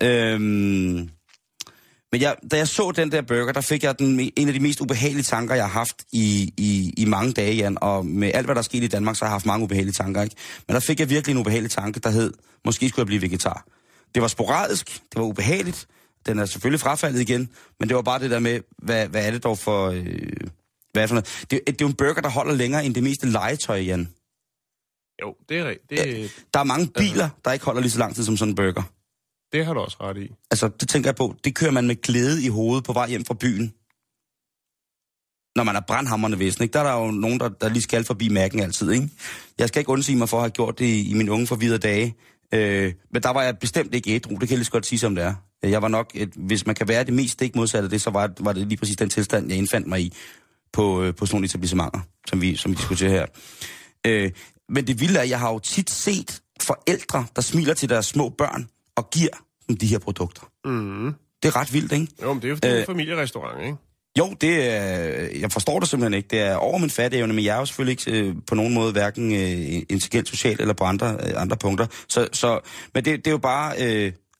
Men da jeg så den der burger, der fik jeg en af de mest ubehagelige tanker, jeg har haft i mange dage, Jan. Og med alt, hvad der er sket i Danmark, så har jeg haft mange ubehagelige tanker, ikke? Men der fik jeg virkelig en ubehagelig tanke, der hed, måske skulle jeg blive vegetar. Det var sporadisk, det var ubehageligt. Den er selvfølgelig frafaldet igen, men det var bare det der med, hvad er det dog for... hvad er for noget? Det er jo en burger, der holder længere end det meste legetøj, Jan. Jo, det er rigtigt. Der er mange biler, der ikke holder lige så lang tid som sådan en burger. Det har du også ret i. Altså, det tænker jeg på. Det kører man med glæde i hovedet på vej hjem fra byen. Når man er brandhamrende væsen, ikke? Der er der jo nogen, der lige skal forbi Mac'en altid, ikke? Jeg skal ikke undsige mig for at have gjort det i mine unge forvidere dage. Men der var jeg bestemt ikke ædru. Det kan jeg lige så godt sige, som det er. Jeg var nok, hvis man kan være det mest stik modsatte af det, så var det lige præcis den tilstand, jeg indfandt mig i på sådan nogle etablissementer, som vi diskuterer her. Men det vilde er, at jeg har jo tit set forældre, der smiler til deres små børn og giver dem de her produkter. Mm. Det er ret vildt, ikke? Jo, men det er jo fordi det er en familierestaurant, ikke? Jo, jeg forstår det simpelthen ikke. Det er over min fatteevne, men jeg er jo selvfølgelig ikke på nogen måde hverken intelligent socialt eller på andre punkter. Men det er jo bare...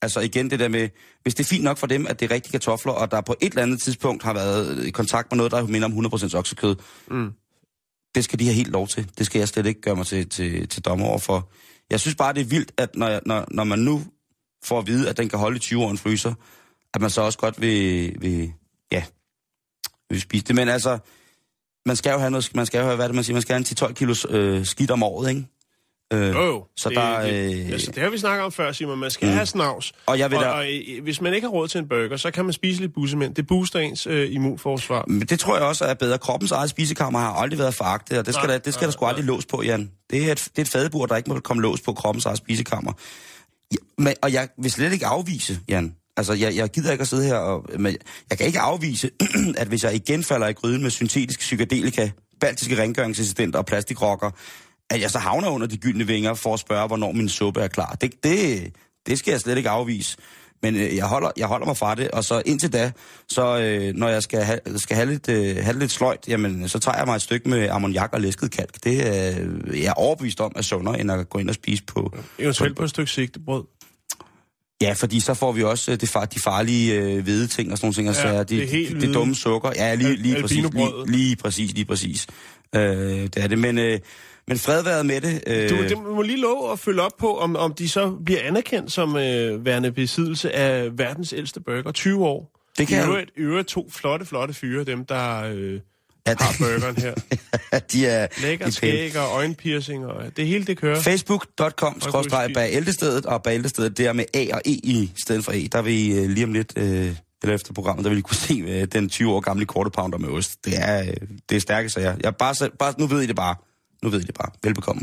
Altså igen det der med, hvis det er fint nok for dem, at det er rigtige kartofler, og der på et eller andet tidspunkt har været i kontakt med noget, der minder om 100% oksekød, det skal de have helt lov til. Det skal jeg slet ikke gøre mig til dommer over for. Jeg synes bare, det er vildt, at når man nu får at vide, at den kan holde i 20 år en fryser, at man så også godt vil spise det. Men altså, man skal jo have noget, man skal jo have, hvad det man siger, man skal have en 10-12 kilos skidt om året, ikke? Så det har vi snakket om før, Simon. Man skal have snavs. Og hvis man ikke har råd til en burger, så kan man spise lidt bussemænd. Det booster ens immunforsvar. Men det tror jeg også er bedre. Kroppens eget spisekammer har aldrig været foragtet, og det skal der sgu aldrig lås på, Jan. Det er et fadebur, der ikke må komme lås på kroppens eget spisekammer. Og jeg vil slet ikke afvise, Jan. Altså, jeg gider ikke at sidde her, men jeg kan ikke afvise, at hvis jeg igen falder i gryden med syntetiske psykedelika, baltiske rengøringsassistenter og plastikrokker, at jeg så havner under de gyldne vinger for at spørge, hvornår min suppe er klar. Det skal jeg slet ikke afvise. Men jeg holder mig fra det, og så indtil da, så når jeg skal have lidt sløjt, jamen, så tager jeg mig et stykke med ammoniak og læsket kalk. Det er jeg overbevist om er sundere, end at gå ind og spise på... Eventuelt på et stykke sigtebrød. Ja, fordi så får vi også de farlige hvide ting og sådan nogle ting. Altså, det dumme sukker. Ja, lige præcis. Det er det, men fred været med det. Du må lige love at følge op på, om de så bliver anerkendt som værende besiddelse af verdens ældste burger. 20 år. Det kan øvrigt 2 flotte fyre, dem der har burgeren her. De er lækker skæg og øjenpiercing, og det hele det kører. Facebook.com/bagæltestedet, og bagæltestedet der med A og E i stedet for E. Der vil I lige om lidt, eller efter programmet, der vil I kunne se den 20 år gamle quarter pounder med ost. Det er stærke sager. Nu ved I det bare. Velbekomme.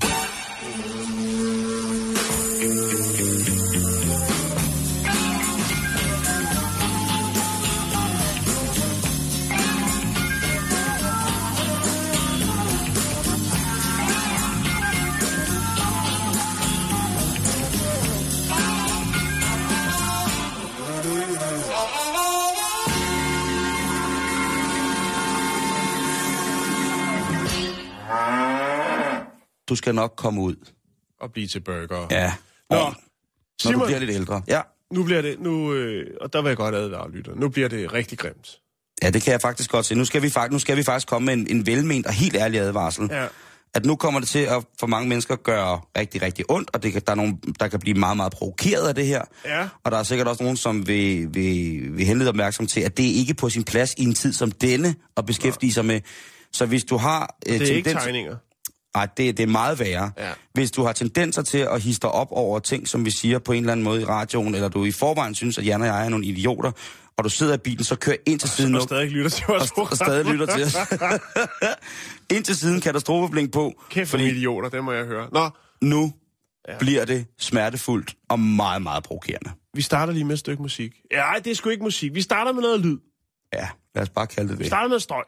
Du skal nok komme ud. Og blive til burger. Ja. Når du bliver lidt ældre. Ja. Nu bliver det, og der vil jeg godt advare lytter, nu bliver det rigtig grimt. Ja, det kan jeg faktisk godt se. Nu skal vi faktisk komme med en velment og helt ærlig advarsel. Ja. At nu kommer det til at for mange mennesker gøre rigtig, rigtig ondt, og der er nogen, der kan blive meget, meget provokeret af det her. Ja. Og der er sikkert også nogen, som vil henlede opmærksom til, at det ikke er på sin plads i en tid som denne at beskæftige sig med. Så hvis du har... det er ikke tegninger. Nej, det er meget værre. Ja. Hvis du har tendenser til at hisse dig op over ting, som vi siger på en eller anden måde i radioen, eller du i forvejen synes, at Jan og jeg er nogle idioter, og du sidder i bilen, så kør ind til siden... Og stadig lytter til os. Og stadig lytter til os. Ind til siden katastrofeblink på. Kæft for idioter, det må jeg høre. Nå. Nu bliver det smertefuldt og meget, meget provokerende. Vi starter lige med et stykke musik. Ja, det er sgu ikke musik. Vi starter med noget lyd. Ja, lad os bare kalde det det. Vi starter med støj.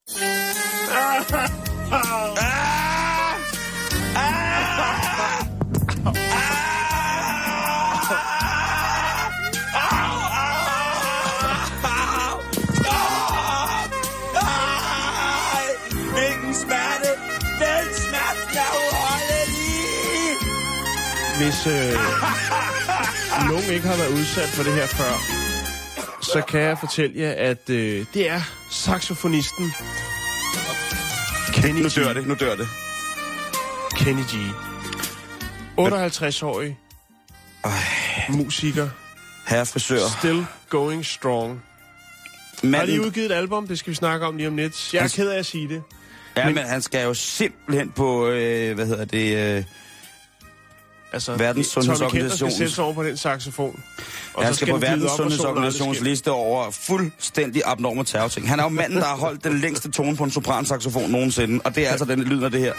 Hvis nogen ikke har været udsat for det her før, så kan jeg fortælle jer, at det er saxofonisten Kenny G. Nu dør det. Kenny G. 58-årig musiker. Herrefrisør. Still going strong. Har de udgivet et album? Det skal vi snakke om lige om lidt. Jeg er ked af at sige det. Ja, men han skal jo simpelthen på, Verdens Sundhedsorganisations... skal sætte over på den saxofon. Og han skal på Verdens Sundhedsorganisations liste over fuldstændig abnorme terrorting. Han er jo manden, der har holdt den længste tone på en sopransaxofon nogensinde, og det er altså den lyd af det her.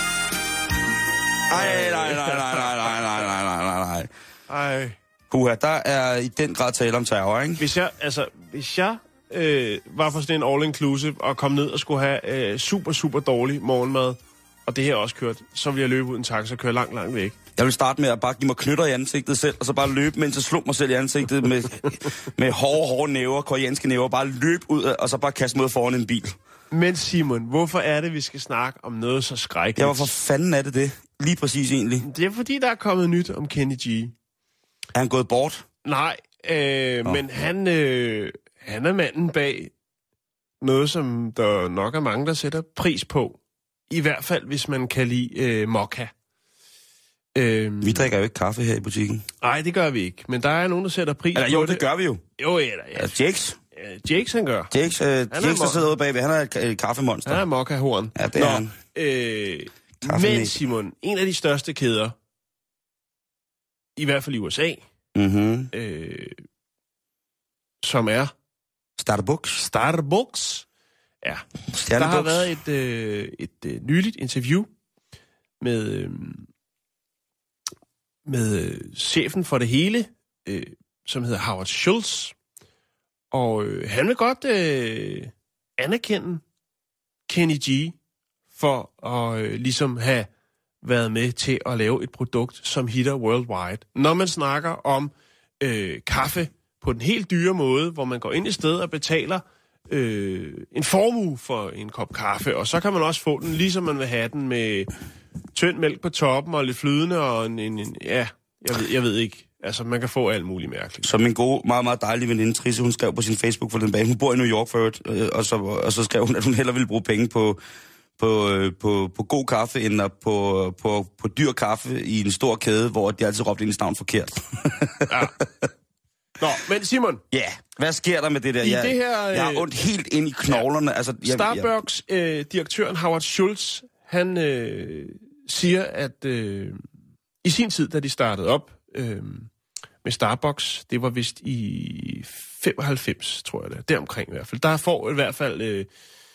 Nej. Puha, der er i den grad tale om terror, ikke? Hvis jeg var for sådan en all-inclusive og kom ned og skulle have super dårlig morgenmad, og det her også kørt, så ville jeg løbe ud en taxa og køre langt væk. Jeg vil starte med at bare give mig knytter i ansigtet selv, og så bare løbe, mens jeg slog mig selv i ansigtet med hårde næver, koreanske næver, bare løbe ud, og så bare kaste mod foran en bil. Men Simon, hvorfor er det, vi skal snakke om noget så skrækkeligt? Ja, hvorfor fanden er det? Lige præcis egentlig. Det er fordi, der er kommet nyt om Kenny G. Er han gået bort? Nej, men han er manden bag noget, som der nok er mange, der sætter pris på. I hvert fald, hvis man kan lide mokka. Vi drikker jo ikke kaffe her i butikken. Nej, det gør vi ikke. Men der er nogen, der sætter pris på det. Jo, det gør vi jo. Jo, ja. Altså, Jakes. Jakes, han gør. Jakes, der sidder ude bagved, han er et kaffemonster. Han er mokka-horn. Ja, det er han. Men Simon, en af de største kæder, i hvert fald i USA, som er Starbucks. Ja. Der har været et nyligt interview med chefen for det hele, som hedder Howard Schultz. Og han vil godt anerkende Kenny G for at ligesom have været med til at lave et produkt, som hitter worldwide. Når man snakker om kaffe på den helt dyre måde, hvor man går ind i stedet og betaler en formue for en kop kaffe, og så kan man også få den, ligesom man vil have den, med tynd mælk på toppen og lidt flydende og jeg ved ikke. Altså, man kan få alt muligt mærkeligt. Som min gode, meget, meget dejlige veninde Trisse, hun skrev på sin Facebook for den bag. Hun bor i New York for øvrigt, og så skrev hun, at hun hellere ville bruge penge på god kaffe, end på dyr kaffe i en stor kæde, hvor de altid råbte ens navn forkert. Ja. Nå, men Simon. Ja, hvad sker der med det der? Jeg har ondt helt ind i knoglerne. Ja. Altså, Starbucks-direktøren Howard Schultz, han siger, at i sin tid, da de startede op med Starbucks, det var vist i 95, tror jeg det, deromkring i hvert fald. Der får i hvert fald...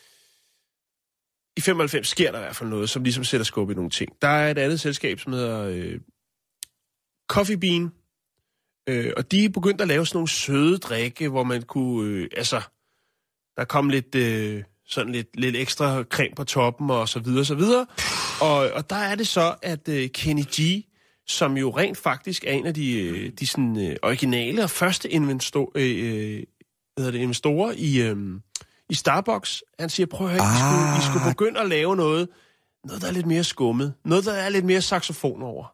I 95 sker der i hvert fald noget, som ligesom sætter skub i nogle ting. Der er et andet selskab, som hedder Coffee Bean, og de er begyndt at lave sådan nogle søde drikke, hvor man kunne, der kom lidt, lidt ekstra creme på toppen og så videre, så videre. Og der er det så, at Kenny G, som jo rent faktisk er en af de sådan, originale og første investorer i Starbucks, han siger, prøv at høre, I skulle begynde at lave noget, der er lidt mere skummet. Noget, der er lidt mere saxofon over.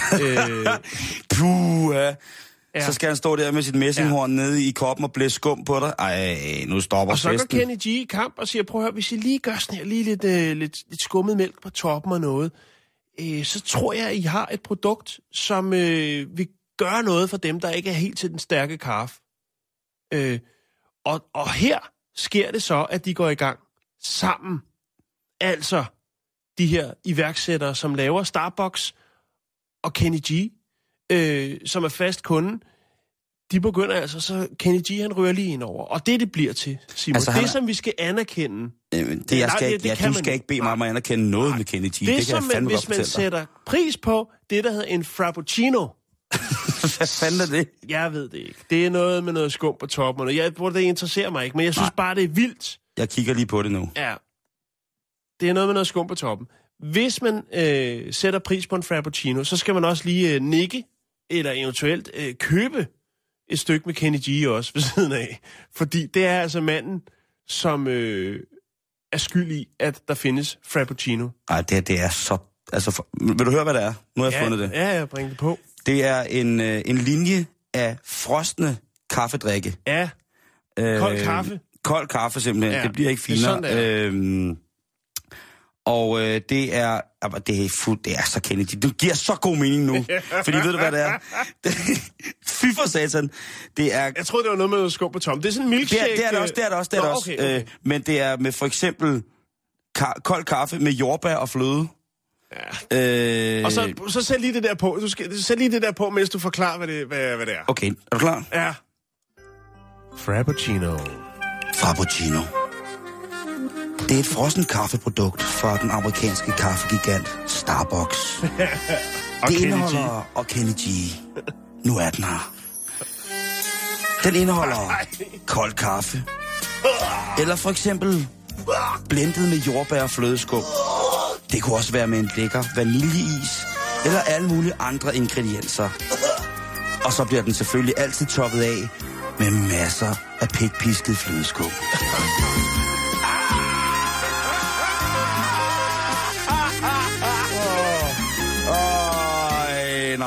Ja. Så skal han stå der med sit messinghorn nede i koppen og blæse skum på dig. Ej, nu stopper festen. Og så går Kenny G i kamp og siger, prøv at høre, hvis I lige gør sådan her, lige lidt skummet mælk på toppen og noget, så tror jeg, at I har et produkt, som vil gøre noget for dem, der ikke er helt til den stærke kaffe. Og her sker det så, at de går i gang sammen. Altså de her iværksættere, som laver Starbucks og Kenny G, som er fast kunde, de begynder altså, så Kenny G, han rører lige ind over. Og det bliver til, Simon. Altså, det, som vi skal anerkende... Du skal ikke bede mig om at anerkende noget med Kenny G. Det kan som, hvis man sætter pris på det, der hedder en frappuccino. Hvad fanden er det? Jeg ved det ikke. Det er noget med noget skum på toppen. Det interesserer mig ikke, men jeg synes bare, det er vildt. Jeg kigger lige på det nu. Ja. Det er noget med noget skum på toppen. Hvis man sætter pris på en frappuccino, så skal man også lige nikke, eller eventuelt købe et stykke med Kenny G også ved siden af. Fordi det er altså manden, som er skyld i, at der findes frappuccino. Ej, det er så... Altså, vil du høre, hvad det er? Nu har jeg fundet det. Ja, jeg bringer det på. Det er en linje af frostne kaffedrikke. Ja, kold kaffe. Kold kaffe simpelthen. Ja, det bliver ikke finere. Det er så Kenny G. Det giver så god mening nu. Fordi ved du, hvad det er? Fy for satan. Det er... Jeg troede, det var noget med skum på tom. Det er sådan en milkshake. Det er det også. Okay. Men det er med for eksempel kold kaffe med jordbær og fløde. Ja. Og så sæt lige det der på. Sæt lige det der på, mens du forklarer, hvad det er. Okay, er du klar? Ja. Frappuccino. Det er et frossen kaffeprodukt fra den amerikanske kaffegigant Starbucks. Det indeholder... Og Kenny G. Nu er den her. Den indeholder kold kaffe. Eller for eksempel blendet med jordbær og flødeskum. Det kunne også være med en lækker vaniljeis. Eller alle mulige andre ingredienser. Og så bliver den selvfølgelig altid toppet af med masser af pikpisket flødeskum.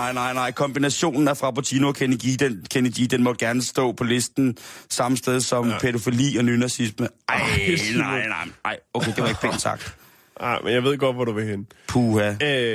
Nej. Kombinationen af Frappuccino og Kenny G, den må gerne stå på listen samme sted som pædofili og nynazisme. Nej. Okay, det var ikke pænt sagt. Nej, men jeg ved godt, hvor du vil hen. Puha.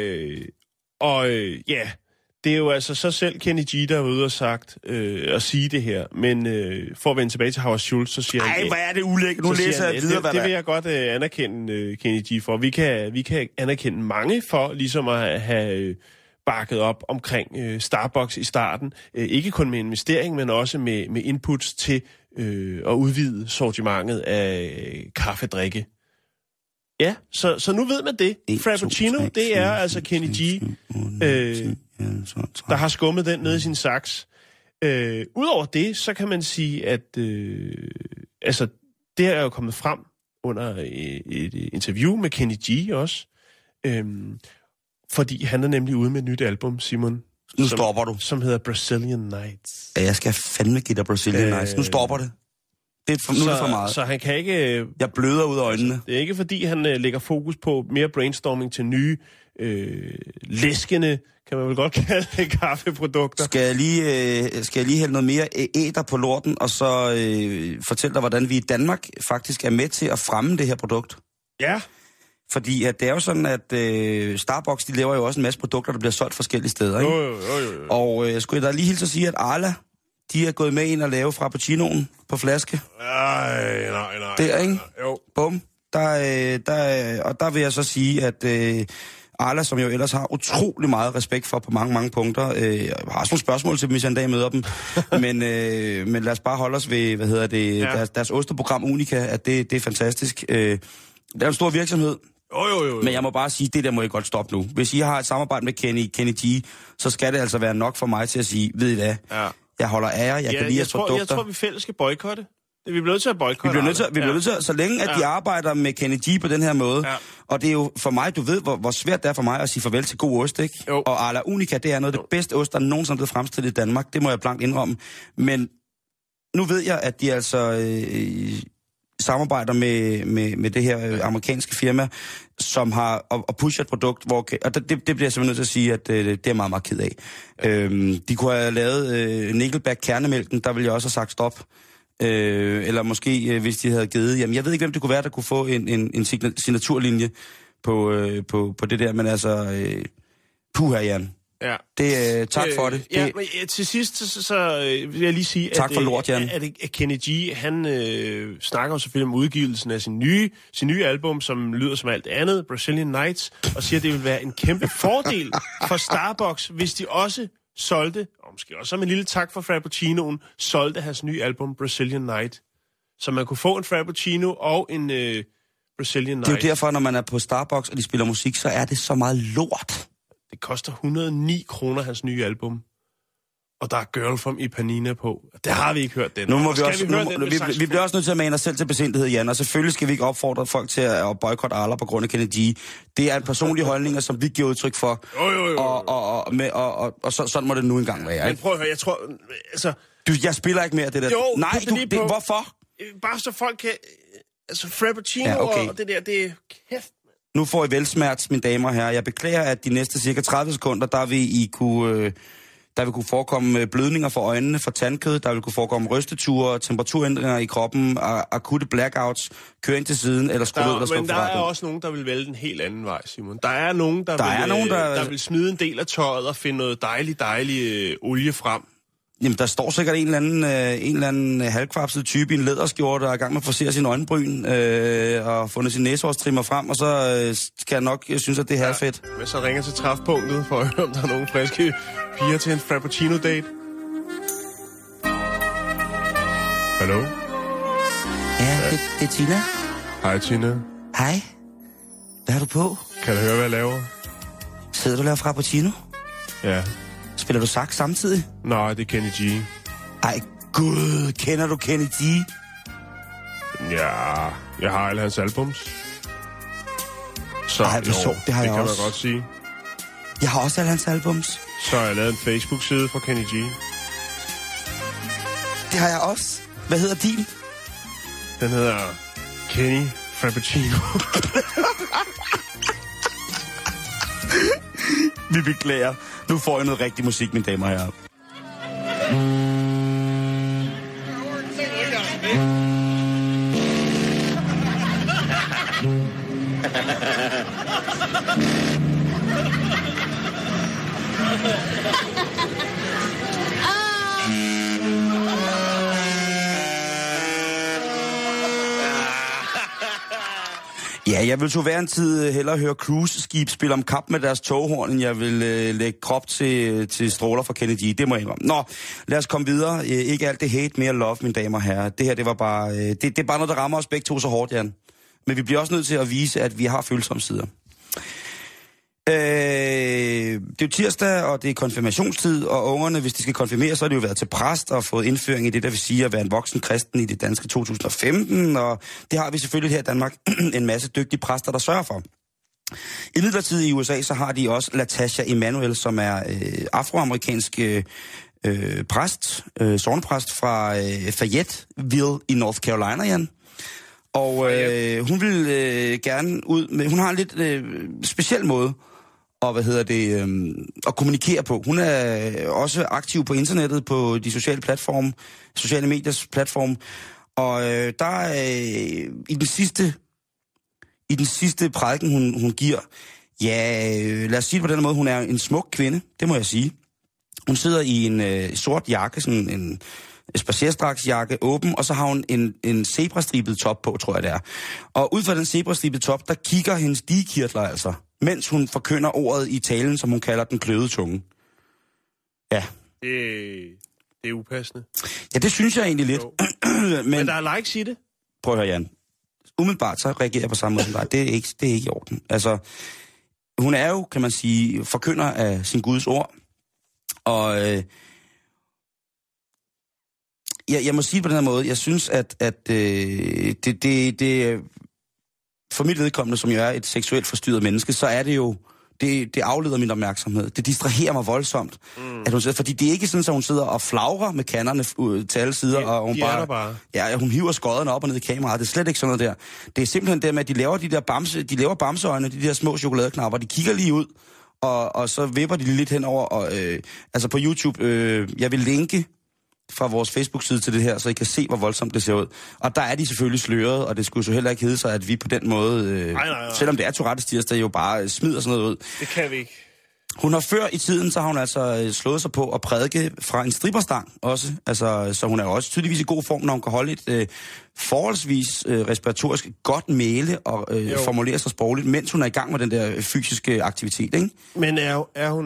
Det er jo altså så selv Kenny G, der er ude og sagt at sige det her. Men for at vende tilbage til Howard Schultz, så siger han... Ej, hvad er det ulækkert? Nu læser jeg videre, hvad det vil jeg godt anerkende Kenny G for. Vi kan anerkende mange for ligesom at have bakket op omkring Starbucks i starten. Ikke kun med investering, men også med inputs til at udvide sortimentet af kaffedrikke. Ja, så nu ved man det. Frappuccino, det er altså Kenny G, der har skummet den ned i sin saks. Udover det, så kan man sige, at det er jo kommet frem under et interview med Kenny G også. Fordi han er nemlig ude med et nyt album, Simon. Nu stopper du. Som hedder Brazilian Nights. Ja, jeg skal fandme give dig Brazilian Nights. Nu stopper det. Nu er det for meget. Så han kan ikke... Jeg bløder ud af øjnene. Det er ikke fordi, han lægger fokus på mere brainstorming til nye, læskende, kan man vel godt kalde det, kaffeprodukter. Skal jeg lige hælde noget mere æder på lorten, og så fortælle dig, hvordan vi i Danmark faktisk er med til at fremme det her produkt? Ja. Fordi at det er jo sådan, at Starbucks, de laver jo også en masse produkter, der bliver solgt forskellige steder, ikke? Jo. Og jeg skulle da lige hilse at sige, at Arla, de er gået med ind og lave Frappuccinoen på flaske. Nej. Der, ikke? Jo. Bum. Der vil jeg så sige, at Arla, som jo ellers har utrolig meget respekt for på mange punkter, har også nogle spørgsmål til dem, hvis jeg en dag møder dem. men lad os bare holde os ved, deres osteprogram Unica, at det er fantastisk. Det er en stor virksomhed. Jo. Men jeg må bare sige, det der må I godt stoppe nu. Hvis I har et samarbejde med Kenny G, så skal det altså være nok for mig til at sige, ved I hvad? Ja. Jeg holder af jer, jeg kan lide jeres produkter. Jeg tror, vi fælles skal boykotte. Vi bliver nødt til at boykotte. Vi bliver nødt til, så længe at de arbejder med Kenny G på den her måde. Ja. Og det er jo for mig, du ved, hvor svært det er for mig at sige farvel til god ost, ikke? Jo. Og Arla Unica, det er noget af det bedste ost, der nogensinde er blevet fremstillet i Danmark. Det må jeg blankt indrømme. Men nu ved jeg, at de altså samarbejder med det her amerikanske firma, som har og pusher et produkt, hvor... Og det bliver jeg simpelthen nødt til at sige, at det er meget, meget ked af. De kunne have lavet Nickelback kernemælken, der ville jeg også have sagt stop. Eller måske, hvis de havde givet... Jamen, jeg ved ikke, hvem det kunne være, der kunne få en signaturlinje på det der, men altså... puha, Jan. Ja. Tak for det. Ja, men til sidst, så vil jeg lige sige, tak for lort, Jan. At Kenny G, han snakker jo selvfølgelig om udgivelsen af sin nye album, som lyder som alt andet, Brazilian Nights, og siger, at det vil være en kæmpe fordel for Starbucks, hvis de også solgte, og måske også som en lille tak for Frappuccinoen, solgte hans nye album, Brazilian Night. Så man kunne få en Frappuccino og en Brazilian Night. Det er jo derfor, når man er på Starbucks, og de spiller musik, så er det så meget lort. Det koster 109 kroner, hans nye album. Og der er Girl from Ipanema på. Det har vi ikke hørt den. Nu må vi bliver også nødt til at mane os selv til besindighed, Jan. Og selvfølgelig skal vi ikke opfordre folk til at boykotte Arla på grund af Kenny G. Det er en personlig holdning, som vi giver udtryk for. Jo. Og sådan må det nu engang være. Men prøv at høre, jeg tror... Altså, jeg spiller ikke mere det der. Jo, nej, hvorfor? Bare så folk kan... Altså, Frappuccino og det der, det er kæft. Nu får I velsmerts, mine damer og herrer. Jeg beklager, at de næste cirka 30 sekunder, der vil kunne forekomme blødninger for øjnene, for tandkød, der vil kunne forekomme rysteture, temperaturændringer i kroppen, akutte blackouts, køre ind til siden, eller skrue ud, eller skubbe. Men der er også nogen, der vil vælge den helt anden vej, Simon. Der er nogen, der vil smide en del af tøjet og finde noget dejlig olie frem. Jamen, der står sikkert en eller anden halvkvapset type i en læderskjorte, der er i gang med at forsere sin øjenbryn og fundet sin næsehårstrimmer frem, og så skal jeg nok synes, at det er halvfedt. Men så ringer til træfpunktet for at høre, om der er nogle friske piger til en Frappuccino-date. Hallo? Ja, det er Tina. Hej, Tina. Hej. Hvad har du på? Kan du høre, hvad jeg laver? Sidder du og laver Frappuccino? Ja. Spiller du sax samtidig? Nej, det er Kenny G. Ej, gud, kender du Kenny G? Ja, jeg har alle hans albums. Så ej, det har jeg kan også. Man godt sige. Jeg har også alle hans albums. Så har jeg lavet en Facebook-side for Kenny G. Det har jeg også. Hvad hedder din? Den hedder Kenny Frappuccino. Vi beklager. Nu får jeg noget rigtig musik, mine damer og herrer. Ja, jeg vil så hver en tid hellere høre cruise-skib spille om kap med deres toghorn, end jeg vil lægge krop til stråler fra Kennedy. Det må jeg indrømme. Nå, lad os komme videre. Ikke alt det hate, mere love, mine damer og herrer. Det her, det var bare... Det er bare noget, der rammer os begge to så hårdt, Jan. Men vi bliver også nødt til at vise, at vi har følsomme sider. Det er jo tirsdag, og det er konfirmationstid, og ungerne, hvis de skal konfirmere, så har de jo været til præst og fået indføring i det, der vil sige at være en voksen kristen i det danske 2015, og det har vi selvfølgelig her i Danmark en masse dygtige præster, der sørger for. Imidlertid i USA, så har de også Latasha Emanuel, som er afroamerikansk præst, sognepræst fra Fayetteville i North Carolina, Jan. Og hun vil gerne ud med... Hun har en lidt speciel måde at kommunikere på. Hun er også aktiv på internettet, på de sociale mediers platform. Og der i den sidste prædiken, hun giver... Ja, lad os sige det på den måde, hun er en smuk kvinde, det må jeg sige. Hun sidder i en sort jakke, sådan en... spacerstraksjakke åben, og så har hun en zebrastribet top på, tror jeg det er. Og ud fra den zebrastribede top, der kigger hendes digekirtler altså, mens hun forkynder ordet i talen, som hun kalder den kløede tunge. Ja. Det er upassende. Ja, det synes jeg egentlig lidt. Men der er likes i det. Prøv at høre, Jan. Umiddelbart så reagerer jeg på samme måde som dig. Det er ikke i orden. Altså, hun er jo, kan man sige, forkynder af sin Guds ord, og... Jeg må sige på den her måde, jeg synes, at det for mit vedkommende, som jo er et seksuelt forstyrret menneske, så er det jo, det afleder min opmærksomhed. Det distraherer mig voldsomt. At hun sidder, fordi det er ikke sådan, at hun sidder og flagrer med kanderne til alle sider, og hun bare. Ja, hun hiver skodderne op og ned i kameraet. Det er slet ikke sådan noget der. Det er simpelthen det med, at de laver bamseøjne, de der små chokoladeknapper, de kigger lige ud, og så vipper de lidt henover. Og, altså på YouTube, jeg vil linke fra vores Facebook-side til det her, så I kan se, hvor voldsomt det ser ud. Og der er de selvfølgelig sløret, og det skulle så heller ikke hedde sig, at vi på den måde, nej. Selvom det er Tourettes tirsdag, jo bare smider sådan noget ud. Det kan vi ikke. Hun har før i tiden, så har hun altså slået sig på at prædike fra en stripperstang også. Altså, så hun er også tydeligvis i god form, når hun kan holde et forholdsvis respiratorisk godt mæle og formulere sig sprogligt, mens hun er i gang med den der fysiske aktivitet, ikke? Men er hun,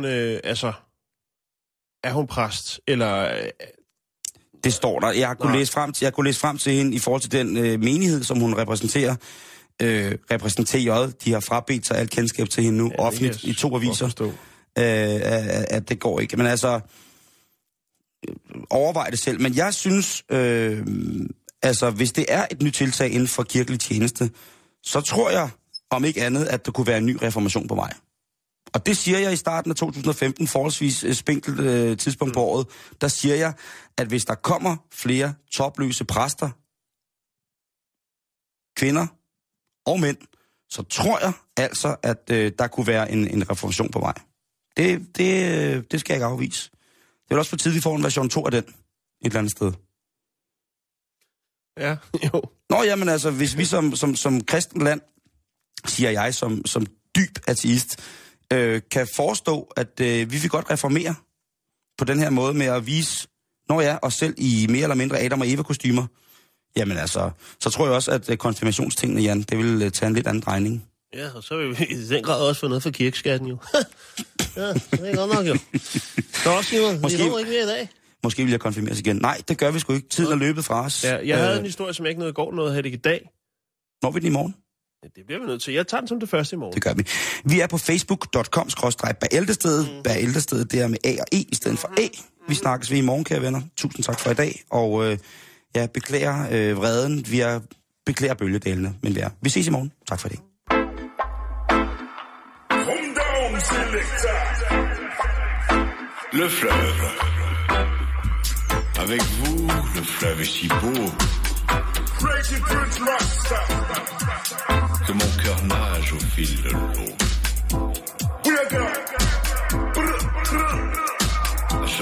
er hun præst, eller... Det står der. Jeg kunne læse frem til hende i forhold til den menighed, som hun repræsenterer. De har frabedt sig alt kendskab til hende nu, offentligt i 2 aviser. At det går ikke. Men altså, overvej det selv. Men jeg synes, hvis det er et nyt tiltag inden for kirkelig tjeneste, så tror jeg, om ikke andet, at der kunne være en ny reformation på vej. Og det siger jeg i starten af 2015, forholdsvis spinkelt tidspunkt på året, der siger jeg, at hvis der kommer flere topløse præster, kvinder og mænd, så tror jeg altså, at der kunne være en reformation på vej. Det skal jeg ikke afvise. Det er også på tide, vi får en version 2 af den, et eller andet sted. Ja, jo. Nå, jamen altså, hvis vi som kristen land, siger jeg som dyb ateist, kan forestå, at vi vil godt reformere på den her måde med at vise, os selv i mere eller mindre Adam og Eva-kostymer, jamen altså, så tror jeg også, at konfirmationstingene, Jan, det vil tage en lidt anden drejning. Ja, og så vil vi i den grad også få noget for kirkeskatten, jo. Ja, det er godt nok, jo. Så også, Simon, vi kommer ikke mere i dag. Måske vil jeg konfirmeres igen. Nej, det gør vi sgu ikke. Tiden er løbet fra os. Ja, jeg havde en historie, som jeg ikke nåede i går, noget havde det ikke i dag. Når vi den i morgen? Ja, det bliver vi nødt til. Jeg tager den som det første i morgen. Det gør vi. Vi er på facebook.com/Bæltestedet. Bæltestedet, det er med A og E i stedet for A. Vi snakkes ved i morgen, kære venner. Tusind tak for i dag. Og jeg beklager vreden. Jeg beklager bølgedalene, men vi ses i morgen. Tak for det. Le fleuve. Avec vous, le fleuve est si beau que mon cœur nage au fil de l'eau.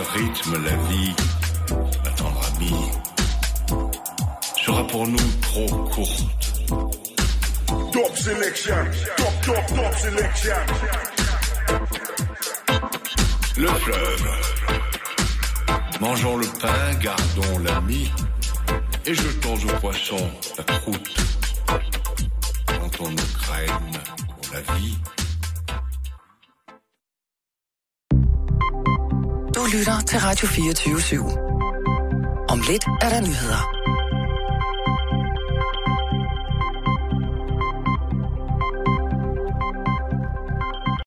rythme la vie, ma tendre amie, sera pour nous trop courte. Top selection, top selection. Le fleuve. Mangeons le pain, gardons la mie, et jetons aux poissons la croûte. Quand on nous craigne pour la vie. Du lytter til Radio 24/7. Om lidt er der nyheder.